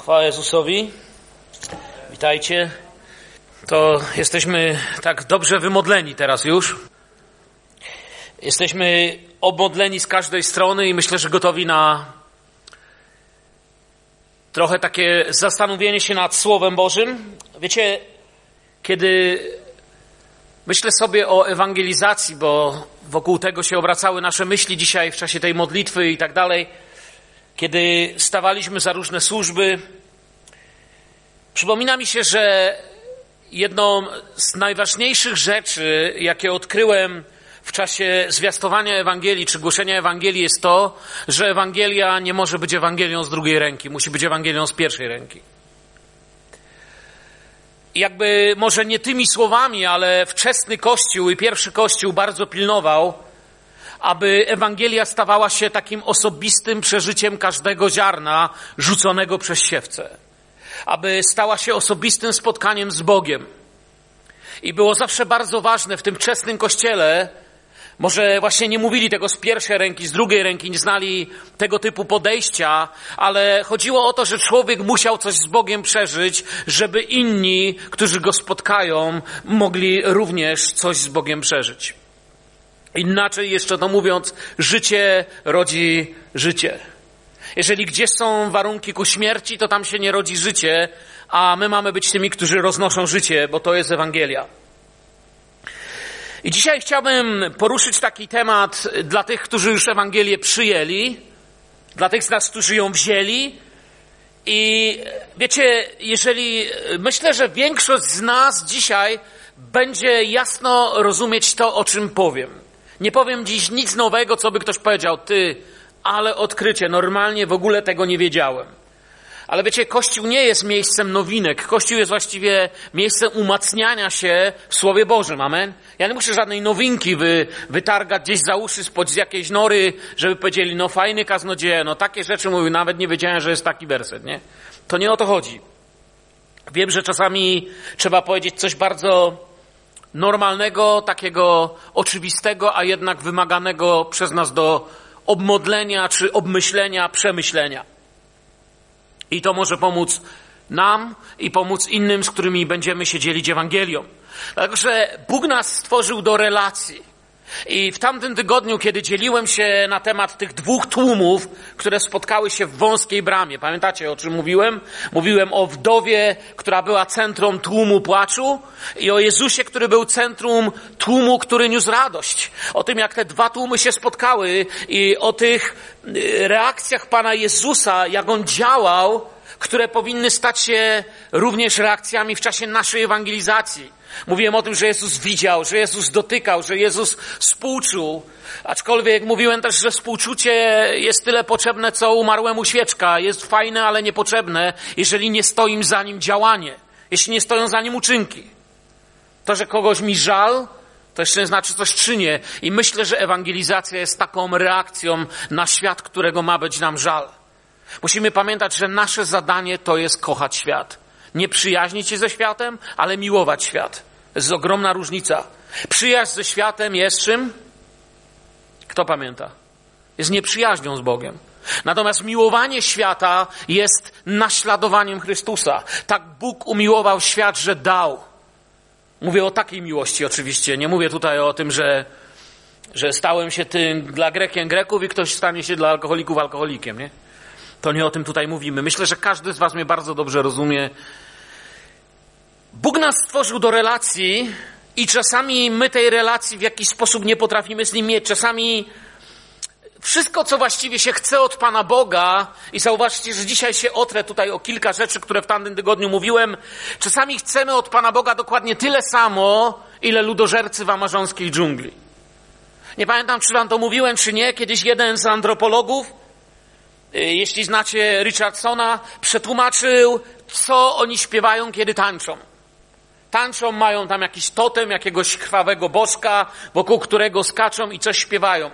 Chwała Jezusowi. Witajcie. To jesteśmy tak dobrze wymodleni teraz już. Jesteśmy obmodleni z każdej strony i myślę, że gotowi na trochę takie zastanowienie się nad Słowem Bożym. Wiecie, kiedy myślę sobie o ewangelizacji, bo wokół tego się obracały nasze myśli dzisiaj w czasie tej modlitwy i tak dalej, kiedy stawaliśmy za różne służby, przypomina mi się, że jedną z najważniejszych rzeczy, jakie odkryłem w czasie zwiastowania Ewangelii czy głoszenia Ewangelii, jest to, że Ewangelia nie może być Ewangelią z drugiej ręki, musi być Ewangelią z pierwszej ręki. Jakby może nie tymi słowami, ale wczesny Kościół i pierwszy Kościół bardzo pilnował, aby Ewangelia stawała się takim osobistym przeżyciem każdego ziarna rzuconego przez siewcę. Aby stała się osobistym spotkaniem z Bogiem. I było zawsze bardzo ważne w tym wczesnym Kościele, może właśnie nie mówili tego z pierwszej ręki, z drugiej ręki, nie znali tego typu podejścia, ale chodziło o to, że człowiek musiał coś z Bogiem przeżyć, żeby inni, którzy go spotkają, mogli również coś z Bogiem przeżyć. Inaczej jeszcze to mówiąc, życie rodzi życie. Jeżeli gdzieś są warunki ku śmierci, to tam się nie rodzi życie, a my mamy być tymi, którzy roznoszą życie, bo to jest Ewangelia. I dzisiaj chciałbym poruszyć taki temat dla tych, którzy już Ewangelię przyjęli, dla tych z nas, którzy ją wzięli. I wiecie, myślę, że większość z nas dzisiaj będzie jasno rozumieć to, o czym powiem. Nie powiem dziś nic nowego, co by ktoś powiedział, ale odkrycie, normalnie w ogóle tego nie wiedziałem. Ale wiecie, Kościół nie jest miejscem nowinek. Kościół jest właściwie miejscem umacniania się w Słowie Bożym. Amen? Ja nie muszę żadnej nowinki wytargać gdzieś za uszy spod jakiejś nory, żeby powiedzieli, no fajny kaznodzieja, no takie rzeczy mówił, nawet nie wiedziałem, że jest taki werset, nie? To nie o to chodzi. Wiem, że czasami trzeba powiedzieć coś bardzo normalnego, takiego oczywistego, a jednak wymaganego przez nas do obmodlenia, czy obmyślenia, przemyślenia. I to może pomóc nam i pomóc innym, z którymi będziemy się dzielić Ewangelią. Dlatego, że Bóg nas stworzył do relacji. I w tamtym tygodniu, kiedy dzieliłem się na temat tych dwóch tłumów, które spotkały się w wąskiej bramie. Pamiętacie, o czym mówiłem? Mówiłem o wdowie, która była centrum tłumu płaczu i o Jezusie, który był centrum tłumu, który niósł radość. O tym, jak te dwa tłumy się spotkały i o tych reakcjach Pana Jezusa, jak On działał, które powinny stać się również reakcjami w czasie naszej ewangelizacji. Mówiłem o tym, że Jezus widział, że Jezus dotykał, że Jezus współczuł. Aczkolwiek mówiłem też, że współczucie jest tyle potrzebne, co umarłemu świeczka. Jest fajne, ale niepotrzebne, jeżeli nie stoi za nim działanie. Jeśli nie stoją za nim uczynki. To, że kogoś mi żal, to jeszcze nie znaczy coś czynię. I myślę, że ewangelizacja jest taką reakcją na świat, którego ma być nam żal. Musimy pamiętać, że nasze zadanie to jest kochać świat. Nie przyjaźnić się ze światem, ale miłować świat. To jest ogromna różnica. Przyjaźń ze światem jest czym? Kto pamięta? Jest nieprzyjaźnią z Bogiem. Natomiast miłowanie świata jest naśladowaniem Chrystusa. Tak Bóg umiłował świat, że dał. Mówię o takiej miłości oczywiście. Nie mówię tutaj o tym, że stałem się tym dla Grekiem Greków i ktoś stanie się dla alkoholików alkoholikiem, nie? To nie o tym tutaj mówimy. Myślę, że każdy z was mnie bardzo dobrze rozumie. Bóg nas stworzył do relacji i czasami my tej relacji w jakiś sposób nie potrafimy z Nim mieć. Czasami wszystko, co właściwie się chce od Pana Boga, i zauważcie, że dzisiaj się otrę tutaj o kilka rzeczy, które w tamtym tygodniu mówiłem. Czasami chcemy od Pana Boga dokładnie tyle samo, ile ludożercy w amazonskiej dżungli. Nie pamiętam, czy wam to mówiłem, czy nie. Kiedyś jeden z antropologów, jeśli znacie Richardsona, przetłumaczył, co oni śpiewają, kiedy tańczą. Tańczą, mają tam jakiś totem, jakiegoś krwawego bożka, wokół którego skaczą i coś śpiewają.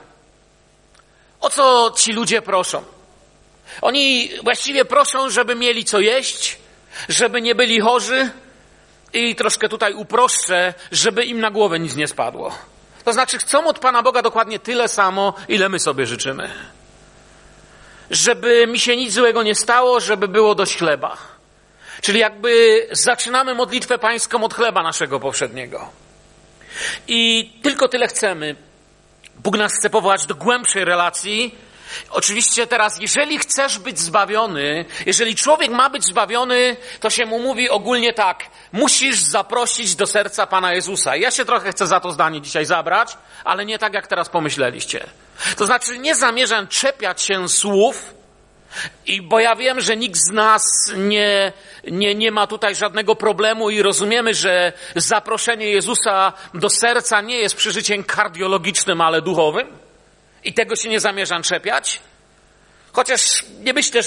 O co ci ludzie proszą? Oni właściwie proszą, żeby mieli co jeść, żeby nie byli chorzy i troszkę tutaj uproszczę, żeby im na głowę nic nie spadło. To znaczy chcą od Pana Boga dokładnie tyle samo, ile my sobie życzymy. żeby mi się nic złego nie stało, żeby było dość chleba. Czyli jakby zaczynamy modlitwę pańską od chleba naszego powszedniego. I tylko tyle chcemy. Bóg nas chce powołać do głębszej relacji. Oczywiście teraz, jeżeli chcesz być zbawiony, jeżeli człowiek ma być zbawiony, to się mu mówi ogólnie tak: musisz zaprosić do serca Pana Jezusa. Ja się trochę chcę za to zdanie dzisiaj zabrać, ale nie tak, jak teraz pomyśleliście. To znaczy, nie czepiać się słów, bo ja wiem, że nikt z nas nie ma tutaj żadnego problemu i rozumiemy, że zaproszenie Jezusa do serca nie jest przeżyciem kardiologicznym, ale duchowym. I tego się nie zamierzam czepiać. Chociaż nie myślę,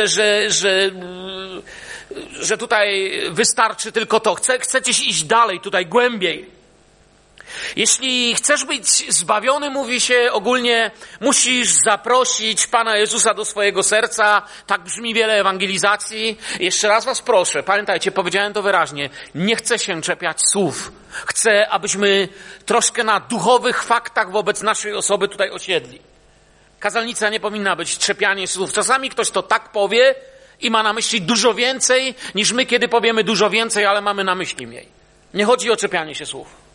że tutaj wystarczy tylko to. Chcecie iść dalej, tutaj głębiej. Jeśli chcesz być zbawiony, mówi się ogólnie, musisz zaprosić Pana Jezusa do swojego serca. Tak brzmi wiele ewangelizacji. Jeszcze raz was proszę, pamiętajcie, powiedziałem to wyraźnie, nie chcę się czepiać słów. Chcę, abyśmy troszkę na duchowych faktach wobec naszej osoby tutaj osiedli. Kazalnica nie powinna być czepianie słów. Czasami ktoś to tak powie i ma na myśli dużo więcej, niż my, kiedy powiemy dużo więcej, ale mamy na myśli mniej. Nie chodzi o czepianie się słów.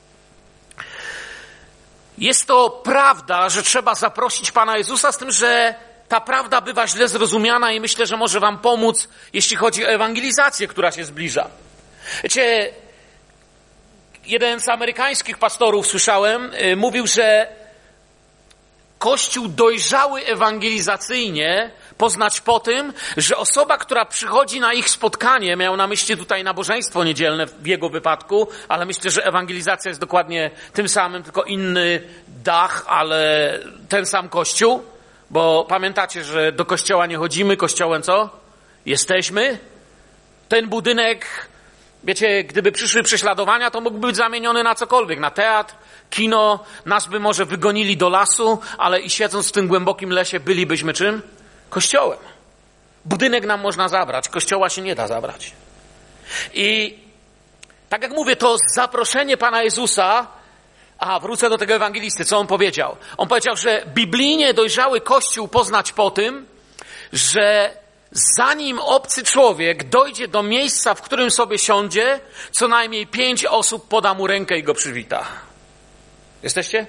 Jest to prawda, że trzeba zaprosić Pana Jezusa, z tym, że ta prawda bywa źle zrozumiana i myślę, że może wam pomóc, jeśli chodzi o ewangelizację, która się zbliża. Wiecie, jeden z amerykańskich pastorów, słyszałem, mówił, że Kościół dojrzały ewangelizacyjnie poznać po tym, że osoba, która przychodzi na ich spotkanie, miał na myśli tutaj nabożeństwo niedzielne w jego wypadku, ale myślę, że ewangelizacja jest dokładnie tym samym, tylko inny dach, ale ten sam Kościół, bo pamiętacie, że do kościoła nie chodzimy, kościołem co? Jesteśmy. Ten budynek, wiecie, gdyby przyszły prześladowania, to mógłby być zamieniony na cokolwiek, na teatr, kino, nas by może wygonili do lasu, ale i siedząc w tym głębokim lesie bylibyśmy czym? Kościołem. Budynek nam można zabrać, kościoła się nie da zabrać. I tak jak mówię, to zaproszenie Pana Jezusa, wrócę do tego ewangelisty, co on powiedział? On powiedział, że biblijnie dojrzały Kościół poznać po tym, że zanim obcy człowiek dojdzie do miejsca, w którym sobie siądzie, co najmniej 5 osób poda mu rękę i go przywita. Jesteście?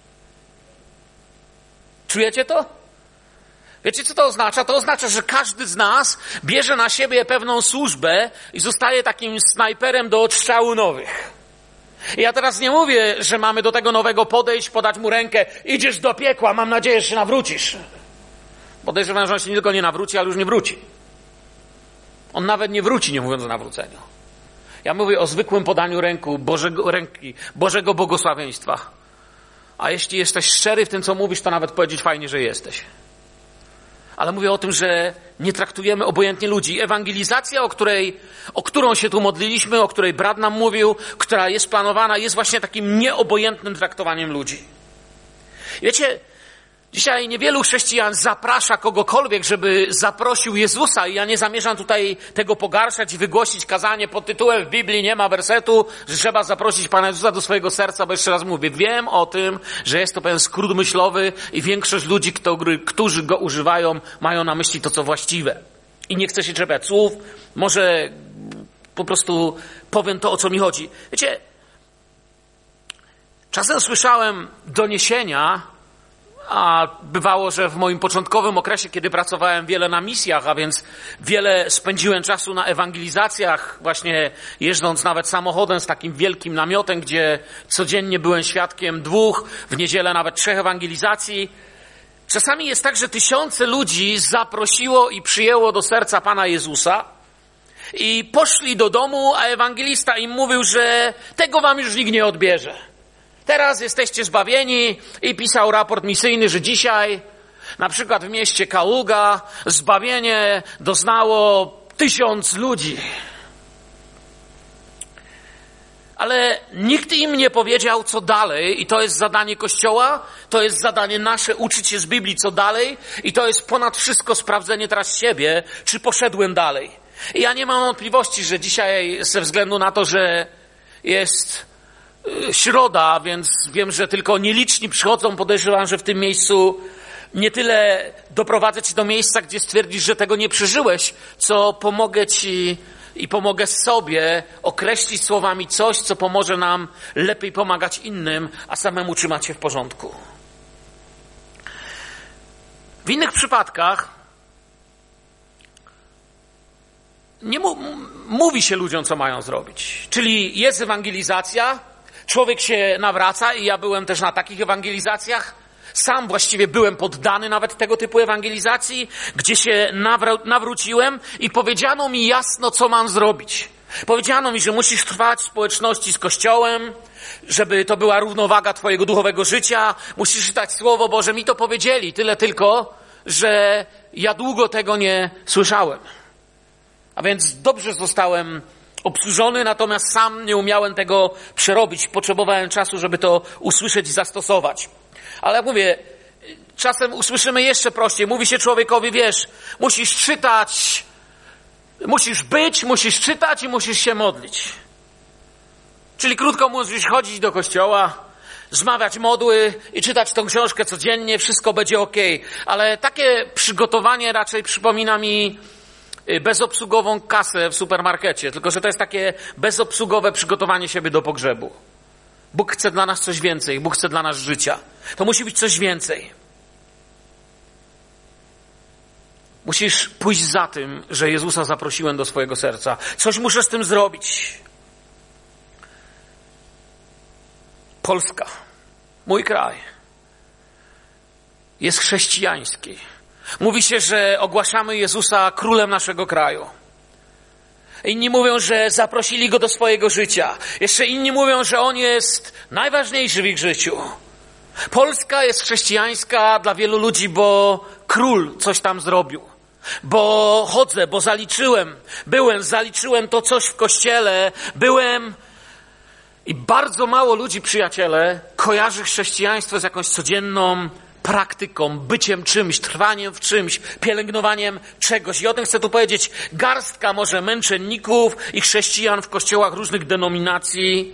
Czujecie to? Wiecie, co to oznacza? To oznacza, że każdy z nas bierze na siebie pewną służbę i zostaje takim snajperem do odstrzału nowych. I ja teraz nie mówię, że mamy do tego nowego podejść, podać mu rękę, idziesz do piekła, mam nadzieję, że się nawrócisz. Podejrzewam, że on się nie tylko nie nawróci, ale już nie wróci. On nawet nie wróci, nie mówiąc o nawróceniu. Ja mówię o zwykłym podaniu ręki Bożego błogosławieństwa. A jeśli jesteś szczery w tym, co mówisz, to nawet powiedzieć fajnie, że jesteś. Ale mówię o tym, że nie traktujemy obojętnie ludzi. Ewangelizacja, o którą się tu modliliśmy, o której brat nam mówił, która jest planowana, jest właśnie takim nieobojętnym traktowaniem ludzi. Wiecie, dzisiaj niewielu chrześcijan zaprasza kogokolwiek, żeby zaprosił Jezusa i ja nie zamierzam tutaj tego pogarszać i wygłosić kazanie pod tytułem w Biblii nie ma wersetu, że trzeba zaprosić Pana Jezusa do swojego serca, bo jeszcze raz mówię, wiem o tym, że jest to pewien skrót myślowy i większość ludzi, którzy go używają, mają na myśli to, co właściwe. I nie chcę się czepiać słów, może po prostu powiem to, o co mi chodzi. Wiecie, czasem słyszałem doniesienia, a bywało, że w moim początkowym okresie, kiedy pracowałem wiele na misjach, a więc wiele spędziłem czasu na ewangelizacjach, właśnie jeżdżąc nawet samochodem z takim wielkim namiotem, gdzie codziennie byłem świadkiem 2, w niedzielę nawet 3 ewangelizacji. Czasami jest tak, że tysiące ludzi zaprosiło i przyjęło do serca Pana Jezusa i poszli do domu, a ewangelista im mówił, że tego wam już nikt nie odbierze. Teraz jesteście zbawieni i pisał raport misyjny, że dzisiaj na przykład w mieście Kaługa zbawienie doznało 1000 ludzi. Ale nikt im nie powiedział, co dalej, i to jest zadanie Kościoła, to jest zadanie nasze, uczyć się z Biblii, co dalej, i to jest ponad wszystko sprawdzenie teraz siebie, czy poszedłem dalej. I ja nie mam wątpliwości, że dzisiaj ze względu na to, że jest środa, więc wiem, że tylko nieliczni przychodzą, podejrzewam, że w tym miejscu Nie tyle doprowadzę cię do miejsca, gdzie stwierdzisz, że tego nie przeżyłeś, co pomogę ci i pomogę sobie określić słowami coś, co pomoże nam lepiej pomagać innym, a samemu trzymać się w porządku. W innych przypadkach nie mówi się ludziom, co mają zrobić. Czyli jest ewangelizacja, człowiek się nawraca i ja byłem też na takich ewangelizacjach. Sam właściwie byłem poddany nawet tego typu ewangelizacji, gdzie się nawróciłem i powiedziano mi jasno, co mam zrobić. Powiedziano mi, że musisz trwać w społeczności z Kościołem, żeby to była równowaga twojego duchowego życia. Musisz czytać Słowo Boże. Mi to powiedzieli, tyle tylko, że ja długo tego nie słyszałem. A więc dobrze zostałem obsłużony, natomiast sam nie umiałem tego przerobić. Potrzebowałem czasu, żeby to usłyszeć i zastosować. Ale jak mówię, czasem usłyszymy jeszcze prościej. Mówi się człowiekowi, wiesz, musisz czytać, musisz czytać i musisz się modlić. Czyli krótko mówiąc, musisz chodzić do kościoła, zmawiać modły i czytać tą książkę codziennie, wszystko będzie okej. Ale takie przygotowanie raczej przypomina mi bezobsługową kasę w supermarkecie, tylko że to jest takie bezobsługowe przygotowanie siebie do pogrzebu. Bóg chce dla nas coś więcej, Bóg chce dla nas życia. To musi być coś więcej. Musisz pójść za tym, że Jezusa zaprosiłem do swojego serca. Coś muszę z tym zrobić. Polska, mój kraj, jest chrześcijański. Mówi się, że ogłaszamy Jezusa królem naszego kraju. Inni mówią, że zaprosili Go do swojego życia. Jeszcze inni mówią, że On jest najważniejszy w ich życiu. Polska jest chrześcijańska dla wielu ludzi, bo król coś tam zrobił. Bo chodzę, bo zaliczyłem to coś w kościele, i bardzo mało ludzi, przyjaciele, kojarzy chrześcijaństwo z jakąś codzienną praktyką, byciem czymś, trwaniem w czymś, pielęgnowaniem czegoś. I o tym chcę tu powiedzieć. Garstka może męczenników i chrześcijan w kościołach różnych denominacji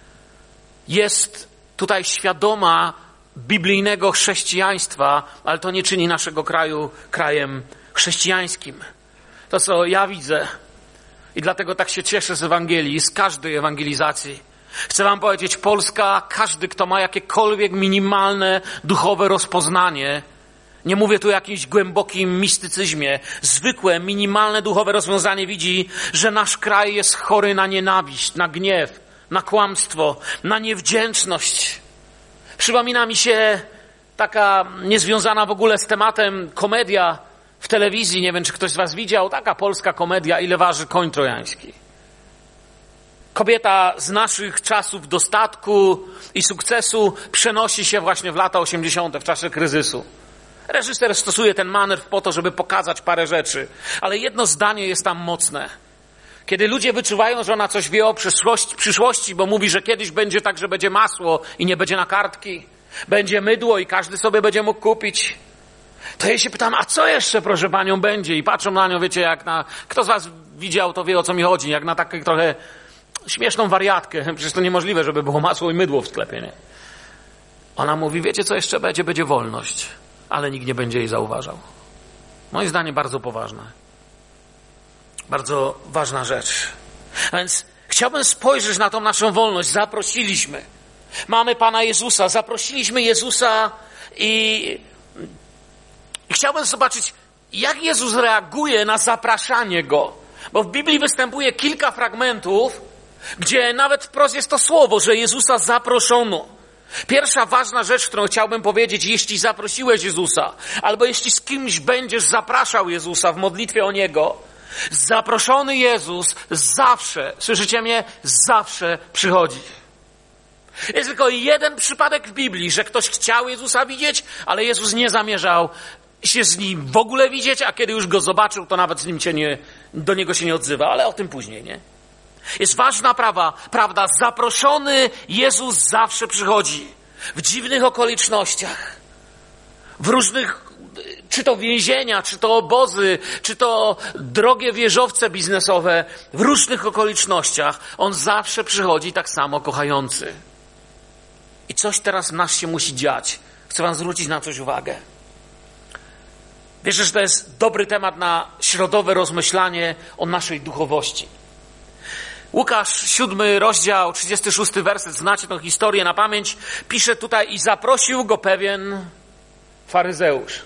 jest tutaj świadoma biblijnego chrześcijaństwa, ale to nie czyni naszego kraju krajem chrześcijańskim. To, co ja widzę i dlatego tak się cieszę z Ewangelii, z każdej ewangelizacji. Chcę wam powiedzieć, Polska, każdy, kto ma jakiekolwiek minimalne duchowe rozpoznanie, nie mówię tu o jakimś głębokim mistycyzmie, zwykłe, minimalne duchowe rozwiązanie widzi, że nasz kraj jest chory na nienawiść, na gniew, na kłamstwo, na niewdzięczność. Przypomina mi się taka niezwiązana w ogóle z tematem komedia w telewizji, nie wiem, czy ktoś z was widział, taka polska komedia, Ile waży koń trojański. Kobieta z naszych czasów dostatku i sukcesu przenosi się właśnie w lata 80. w czasie kryzysu. Reżyser stosuje ten manewr po to, żeby pokazać parę rzeczy, ale jedno zdanie jest tam mocne. Kiedy ludzie wyczuwają, że ona coś wie o przyszłości, bo mówi, że kiedyś będzie tak, że będzie masło i nie będzie na kartki, będzie mydło i każdy sobie będzie mógł kupić, to ja się pytam, a co jeszcze, proszę panią, będzie? I patrzą na nią, wiecie, jak na... Kto z was widział, to wie, o co mi chodzi, jak na taką trochę śmieszną wariatkę. Przecież to niemożliwe, żeby było masło i mydło w sklepie, nie? Ona mówi, wiecie, co jeszcze będzie? Będzie wolność, ale nikt nie będzie jej zauważał. Moim zdaniem bardzo poważne. Bardzo ważna rzecz. A więc chciałbym spojrzeć na tą naszą wolność. Zaprosiliśmy. Mamy Pana Jezusa. Zaprosiliśmy Jezusa i chciałbym zobaczyć, jak Jezus reaguje na zapraszanie Go. Bo w Biblii występuje kilka fragmentów, gdzie nawet wprost jest to słowo, że Jezusa zaproszono. Pierwsza ważna rzecz, którą chciałbym powiedzieć, jeśli zaprosiłeś Jezusa, albo jeśli z kimś będziesz zapraszał Jezusa w modlitwie o Niego, zaproszony Jezus zawsze, słyszycie mnie, zawsze przychodzi. Jest tylko jeden przypadek w Biblii, że ktoś chciał Jezusa widzieć, ale Jezus nie zamierzał się z Nim w ogóle widzieć, a kiedy już Go zobaczył, to nawet z Nim do Niego się nie odzywa, ale o tym później, nie? Jest ważna prawda, zaproszony Jezus zawsze przychodzi. W dziwnych okolicznościach. W różnych, czy to więzienia, czy to obozy, czy to drogie wieżowce biznesowe. W różnych okolicznościach On zawsze przychodzi tak samo kochający. I coś teraz w nas się musi dziać. Chcę wam zwrócić na coś uwagę. Wierzę, że to jest dobry temat na środowe rozmyślanie o naszej duchowości. Łukasz, 7 rozdział, 36 werset, znacie tę historię na pamięć, pisze tutaj: i zaprosił go pewien faryzeusz.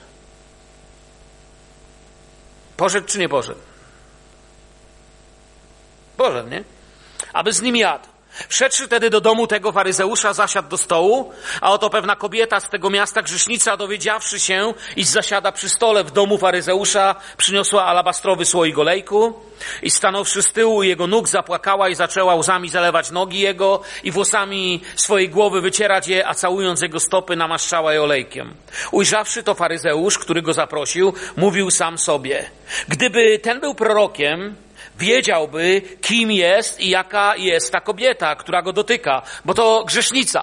Poszedł czy nie poszedł? Poszedł, nie? Aby z nim jadł. Wszedłszy wtedy do domu tego faryzeusza, zasiadł do stołu, a oto pewna kobieta z tego miasta, grzesznica, dowiedziawszy się, iż zasiada przy stole w domu faryzeusza, przyniosła alabastrowy słoik olejku i stanąwszy z tyłu jego nóg, zapłakała i zaczęła łzami zalewać nogi jego i włosami swojej głowy wycierać je, a całując jego stopy, namaszczała je olejkiem. Ujrzawszy to faryzeusz, który go zaprosił, mówił sam sobie: gdyby ten był prorokiem, wiedziałby, kim jest i jaka jest ta kobieta, która go dotyka, bo to grzesznica.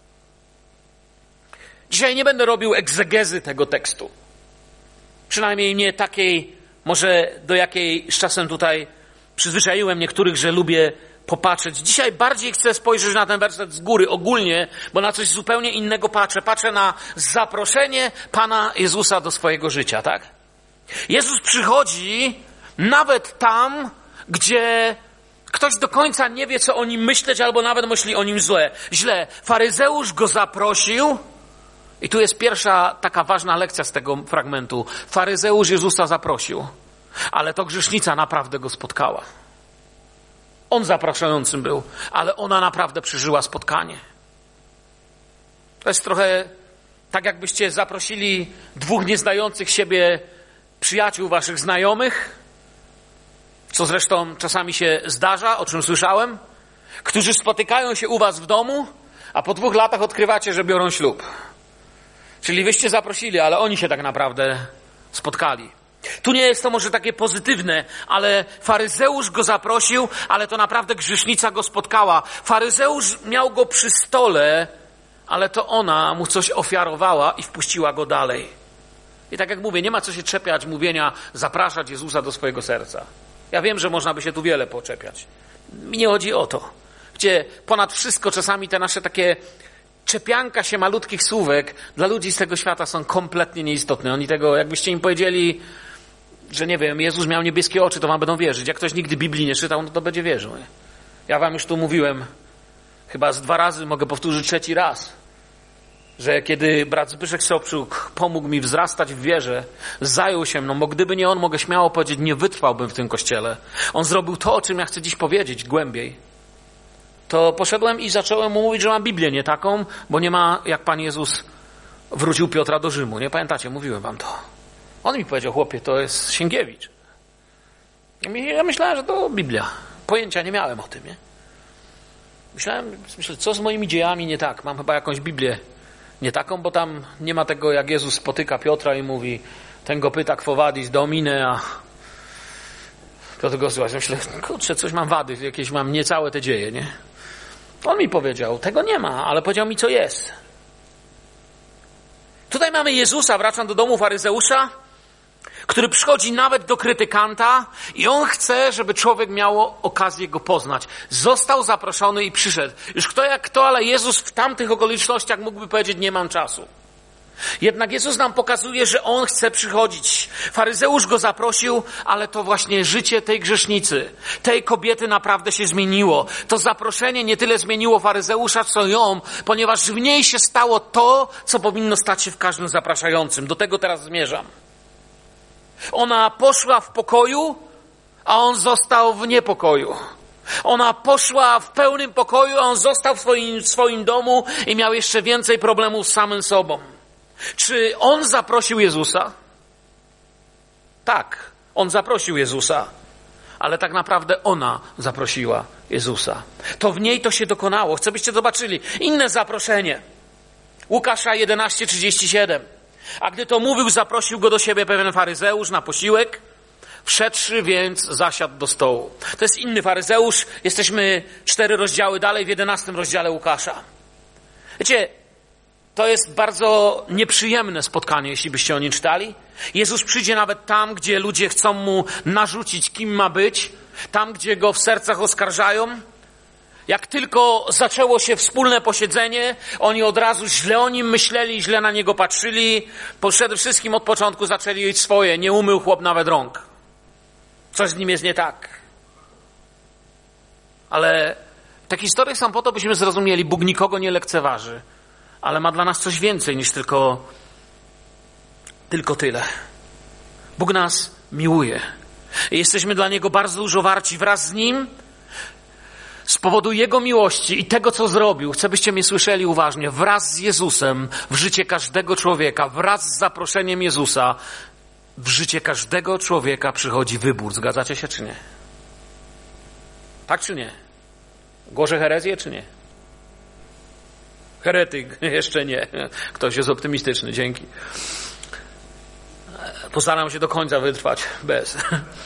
Dzisiaj nie będę robił egzegezy tego tekstu. Przynajmniej nie takiej, może do jakiej z czasem tutaj przyzwyczaiłem niektórych, że lubię popatrzeć. Dzisiaj bardziej chcę spojrzeć na ten werset z góry, ogólnie, bo na coś zupełnie innego patrzę. Patrzę na zaproszenie Pana Jezusa do swojego życia, tak? Jezus przychodzi nawet tam, gdzie ktoś do końca nie wie, co o nim myśleć, albo nawet myśli o nim źle. Faryzeusz go zaprosił i tu jest pierwsza taka ważna lekcja z tego fragmentu. Faryzeusz Jezusa zaprosił, ale to grzesznica naprawdę go spotkała. On zapraszającym był, ale ona naprawdę przeżyła spotkanie. To jest trochę tak, jakbyście zaprosili dwóch nieznających siebie przyjaciół waszych znajomych, co zresztą czasami się zdarza, o czym słyszałem, którzy spotykają się u was w domu, a po 2 latach odkrywacie, że biorą ślub. Czyli wyście zaprosili, ale oni się tak naprawdę spotkali. Tu nie jest to może takie pozytywne, ale faryzeusz go zaprosił, ale to naprawdę grzesznica go spotkała. Faryzeusz miał go przy stole, ale to ona mu coś ofiarowała i wpuściła go dalej. I tak jak mówię, nie ma co się czepiać mówienia, zapraszać Jezusa do swojego serca. Ja wiem, że można by się tu wiele poczepiać. Mi nie chodzi o to. Gdzie ponad wszystko czasami te nasze takie czepianka się malutkich słówek dla ludzi z tego świata są kompletnie nieistotne. Oni tego, jakbyście im powiedzieli, że nie wiem, Jezus miał niebieskie oczy, to wam będą wierzyć. Jak ktoś nigdy Biblii nie czytał, no to będzie wierzył. Nie? Ja wam już tu mówiłem, chyba z 2 razy, mogę powtórzyć 3. raz, że kiedy brat Zbyszek Sobczuk pomógł mi wzrastać w wierze, zajął się mną, bo gdyby nie on, mogę śmiało powiedzieć, nie wytrwałbym w tym kościele. On zrobił to, o czym ja chcę dziś powiedzieć głębiej. To poszedłem i zacząłem mu mówić, że mam Biblię nie taką, bo nie ma, jak Pan Jezus wrócił Piotra do Rzymu. Nie pamiętacie? Mówiłem wam to. On mi powiedział: chłopie, to jest Sienkiewicz. Ja myślałem, że to Biblia. Pojęcia nie miałem o tym, nie? Myślę, co z moimi dziejami nie tak? Mam chyba jakąś Biblię nie taką, bo tam nie ma tego, jak Jezus spotyka Piotra i mówi: ten go pyta, quo vadis domine, a Piotr go słucha. Myślę, kurczę, coś mam wady, jakieś mam niecałe te dzieje, nie? On mi powiedział: tego nie ma, ale powiedział mi, co jest. Tutaj mamy Jezusa, wracam do domu faryzeusza, który przychodzi nawet do krytykanta i on chce, żeby człowiek miał okazję go poznać. Został zaproszony i przyszedł. Już kto jak kto, ale Jezus w tamtych okolicznościach mógłby powiedzieć: nie mam czasu. Jednak Jezus nam pokazuje, że On chce przychodzić. Faryzeusz go zaprosił, ale to właśnie życie tej grzesznicy, tej kobiety naprawdę się zmieniło. To zaproszenie nie tyle zmieniło faryzeusza, co ją, ponieważ w niej się stało to, co powinno stać się w każdym zapraszającym. Do tego teraz zmierzam. Ona poszła w pokoju, a on został w niepokoju. Ona poszła w pełnym pokoju, a on został w swoim domu i miał jeszcze więcej problemów z samym sobą. Czy on zaprosił Jezusa? Tak, on zaprosił Jezusa, ale tak naprawdę ona zaprosiła Jezusa. To w niej to się dokonało. Chcę, byście zobaczyli inne zaproszenie. Łukasza 11:37. A gdy to mówił, zaprosił go do siebie pewien faryzeusz na posiłek. Wszedłszy więc zasiadł do stołu. To jest inny faryzeusz. Jesteśmy 4 rozdziały dalej, w 11 rozdziale Łukasza. Wiecie, to jest bardzo nieprzyjemne spotkanie, jeśli byście o nim czytali. Jezus przyjdzie nawet tam, gdzie ludzie chcą mu narzucić, kim ma być. Tam, gdzie go w sercach oskarżają. Jak tylko zaczęło się wspólne posiedzenie, oni od razu źle o nim myśleli, źle na niego patrzyli. Przede wszystkim od początku zaczęli jeść swoje. Nie umył chłop nawet rąk. Coś z nim jest nie tak. Ale te historie są po to, byśmy zrozumieli, Bóg nikogo nie lekceważy, ale ma dla nas coś więcej niż tylko tyle. Bóg nas miłuje. I jesteśmy dla Niego bardzo dużo warci. Wraz z Nim, z powodu Jego miłości i tego, co zrobił, chcę, byście mnie słyszeli uważnie, wraz z Jezusem w życie każdego człowieka, wraz z zaproszeniem Jezusa w życie każdego człowieka przychodzi wybór. Zgadzacie się, czy nie? Tak czy nie? Głoszę herezję, czy nie? Heretyk, jeszcze nie. Ktoś jest optymistyczny, dzięki. Postaram się do końca wytrwać bez.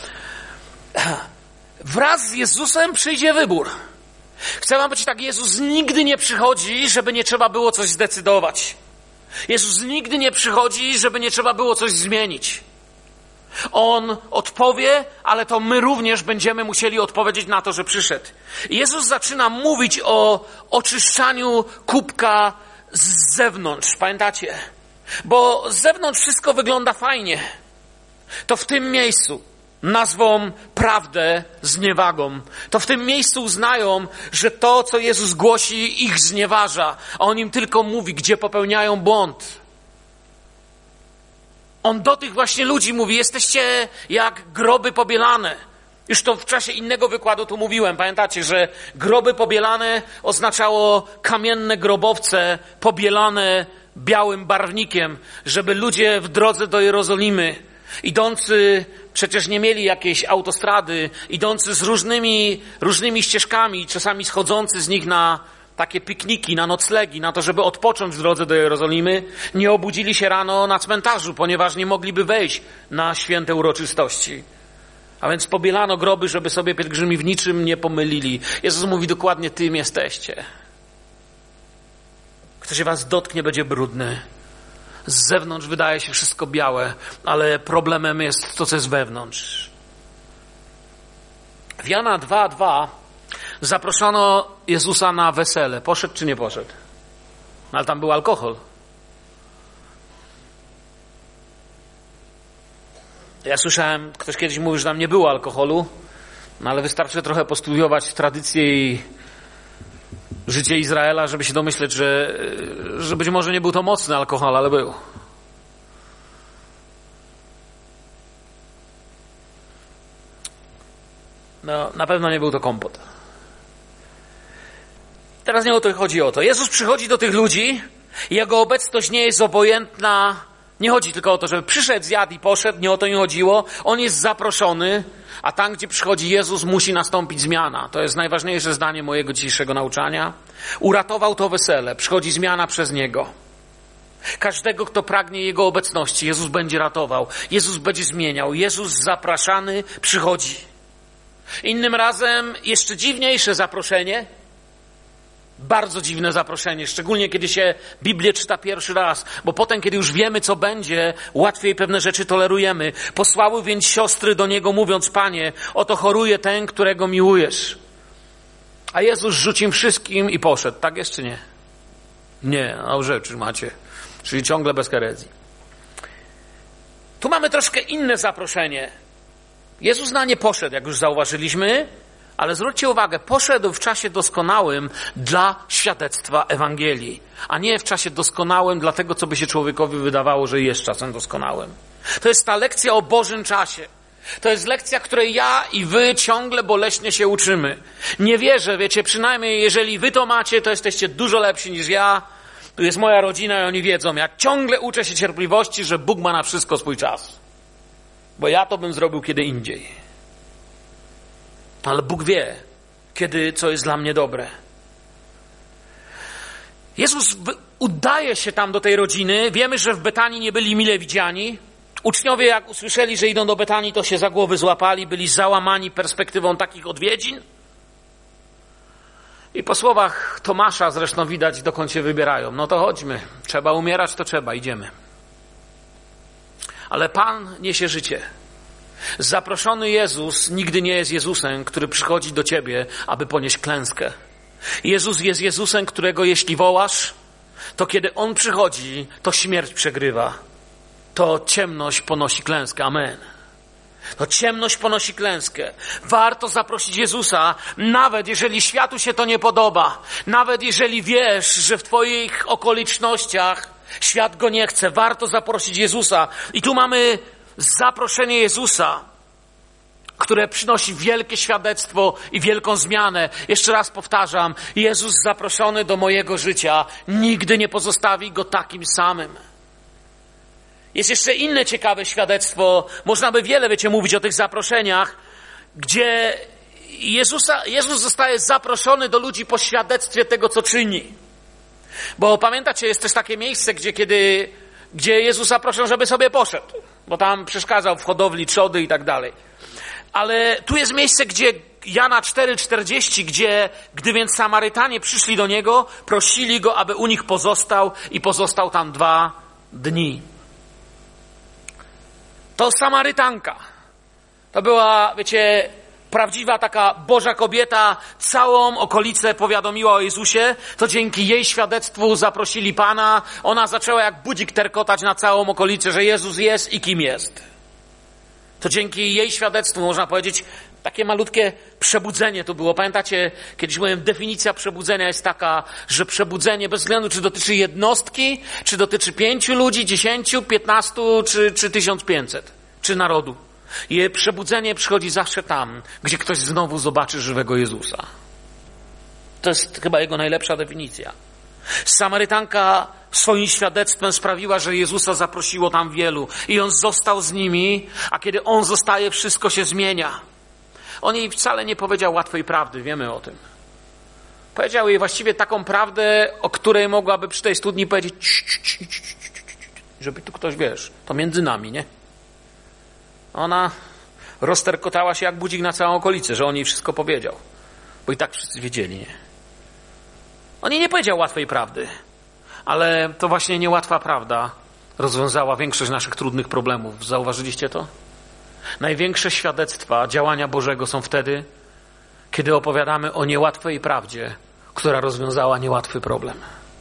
Wraz z Jezusem przyjdzie wybór. Chcę wam powiedzieć tak, Jezus nigdy nie przychodzi, żeby nie trzeba było coś zdecydować. Jezus nigdy nie przychodzi, żeby nie trzeba było coś zmienić. On odpowie, ale to my również będziemy musieli odpowiedzieć na to, że przyszedł. Jezus zaczyna mówić o oczyszczaniu kubka z zewnątrz. Pamiętacie? Bo z zewnątrz wszystko wygląda fajnie. To w tym miejscu nazwą prawdę zniewagą. To w tym miejscu uznają, że to, co Jezus głosi, ich znieważa. A on im tylko mówi, gdzie popełniają błąd. On do tych właśnie ludzi mówi, jesteście jak groby pobielane. Już to w czasie innego wykładu tu mówiłem. Pamiętacie, że groby pobielane oznaczało kamienne grobowce pobielane białym barwnikiem, żeby ludzie w drodze do Jerozolimy, idący, przecież nie mieli jakiejś autostrady, idący z różnymi ścieżkami, czasami schodzący z nich na takie pikniki, na noclegi, na to, żeby odpocząć w drodze do Jerozolimy, nie obudzili się rano na cmentarzu, ponieważ nie mogliby wejść na święte uroczystości. A więc pobielano groby, żeby sobie pielgrzymi w niczym nie pomylili. Jezus mówi dokładnie, tym jesteście. Kto się was dotknie, będzie brudny. Z zewnątrz wydaje się wszystko białe, ale problemem jest to, co jest wewnątrz. W Jana 2:2 zaproszono Jezusa na wesele. Poszedł czy nie poszedł? No, ale tam był alkohol. Ja słyszałem, ktoś kiedyś mówił, że tam nie było alkoholu, no ale wystarczy trochę postudiować tradycję i życie Izraela, żeby się domyśleć, że być może nie był to mocny alkohol, ale był. No, na pewno nie był to kompot. Teraz nie o to chodzi o to. Jezus przychodzi do tych ludzi i jego obecność nie jest obojętna. Nie chodzi tylko o to, żeby przyszedł, zjadł i poszedł. Nie o to nie chodziło. On jest zaproszony, a tam, gdzie przychodzi Jezus, musi nastąpić zmiana. To jest najważniejsze zdanie mojego dzisiejszego nauczania. Uratował to wesele. Przychodzi zmiana przez Niego. Każdego, kto pragnie Jego obecności, Jezus będzie ratował. Jezus będzie zmieniał. Jezus zapraszany przychodzi. Innym razem jeszcze dziwniejsze zaproszenie. Bardzo dziwne zaproszenie, szczególnie kiedy się Biblię czyta pierwszy raz, bo potem, kiedy już wiemy, co będzie, łatwiej pewne rzeczy tolerujemy. Posłały więc siostry do Niego, mówiąc, Panie, oto choruje ten, którego miłujesz. A Jezus rzucił wszystkim i poszedł. Tak jest czy nie? Nie, a rzeczy macie. Czyli ciągle bez herezji. Tu mamy troszkę inne zaproszenie. Jezus na nie poszedł, jak już zauważyliśmy, ale zwróćcie uwagę, poszedł w czasie doskonałym dla świadectwa Ewangelii, a nie w czasie doskonałym dla tego, co by się człowiekowi wydawało, że jest czasem doskonałym. To jest ta lekcja o Bożym czasie. To jest lekcja, której ja i wy ciągle boleśnie się uczymy. Nie wierzę, wiecie, przynajmniej jeżeli wy to macie, to jesteście dużo lepsi niż ja. Tu jest moja rodzina i oni wiedzą, ja ciągle uczę się cierpliwości, że Bóg ma na wszystko swój czas. Bo ja to bym zrobił kiedy indziej. Ale Bóg wie, kiedy co jest dla mnie dobre. Jezus udaje się tam do tej rodziny. Wiemy, że w Betanii nie byli mile widziani. Uczniowie, jak usłyszeli, że idą do Betanii, to się za głowy złapali. Byli załamani perspektywą takich odwiedzin. I po słowach Tomasza zresztą widać, dokąd się wybierają. No to chodźmy. Trzeba umierać, to trzeba. Idziemy. Ale Pan niesie życie. Zaproszony Jezus nigdy nie jest Jezusem, który przychodzi do ciebie, aby ponieść klęskę. Jezus jest Jezusem, którego jeśli wołasz, to kiedy On przychodzi, to śmierć przegrywa. To ciemność ponosi klęskę. Amen. To ciemność ponosi klęskę. Warto zaprosić Jezusa, nawet jeżeli światu się to nie podoba. Nawet jeżeli wiesz, że w twoich okolicznościach świat go nie chce. Warto zaprosić Jezusa. I tu mamy zaproszenie Jezusa, które przynosi wielkie świadectwo i wielką zmianę. Jeszcze raz powtarzam, Jezus zaproszony do mojego życia nigdy nie pozostawi go takim samym. Jest jeszcze inne ciekawe świadectwo. Można by wiele, mówić o tych zaproszeniach, gdzie Jezus zostaje zaproszony do ludzi po świadectwie tego, co czyni. Bo pamiętacie, jest też takie miejsce, gdzie Jezus zaprosił, żeby sobie poszedł, bo tam przeszkadzał w hodowli trzody i tak dalej. Ale tu jest miejsce, gdzie Jana 4:40, gdy więc Samarytanie przyszli do Niego, prosili Go, aby u nich pozostał i pozostał tam 2 dni. To Samarytanka. To była, prawdziwa taka Boża kobieta. Całą okolicę powiadomiła o Jezusie. To dzięki jej świadectwu zaprosili Pana. Ona zaczęła jak budzik terkotać na całą okolicę, że Jezus jest i kim jest. To dzięki jej świadectwu, można powiedzieć, takie malutkie przebudzenie to było. Pamiętacie, kiedyś mówiłem, definicja przebudzenia jest taka, że przebudzenie bez względu, czy dotyczy jednostki, czy dotyczy 5 ludzi, 10, 15, czy 1500, czy narodu. I przebudzenie przychodzi zawsze tam, gdzie ktoś znowu zobaczy żywego Jezusa. To jest chyba jego najlepsza definicja. Samarytanka swoim świadectwem sprawiła, że Jezusa zaprosiło tam wielu i On został z nimi, a kiedy On zostaje, wszystko się zmienia. On jej wcale nie powiedział łatwej prawdy, wiemy o tym. Powiedział jej właściwie taką prawdę, o której mogłaby przy tej studni powiedzieć, żeby tu ktoś, to między nami, nie? Ona rozterkotała się jak budzik na całą okolicę, że on jej wszystko powiedział, bo i tak wszyscy wiedzieli, nie? On jej nie powiedział łatwej prawdy, ale to właśnie niełatwa prawda rozwiązała większość naszych trudnych problemów. Zauważyliście to? Największe świadectwa działania Bożego są wtedy, kiedy opowiadamy o niełatwej prawdzie, która rozwiązała niełatwy problem.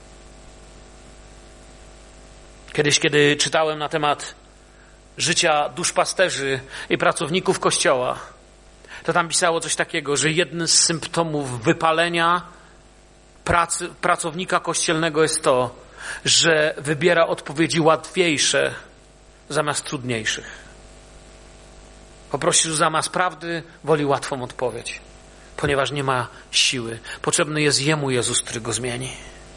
Kiedyś, kiedy czytałem na temat życia duszpasterzy i pracowników Kościoła, to tam pisało coś takiego, że jednym z symptomów wypalenia pracownika kościelnego jest to, że wybiera odpowiedzi łatwiejsze zamiast trudniejszych. Poprosił zamiast prawdy, woli łatwą odpowiedź, ponieważ nie ma siły. Potrzebny jest Jemu Jezus, który go zmieni.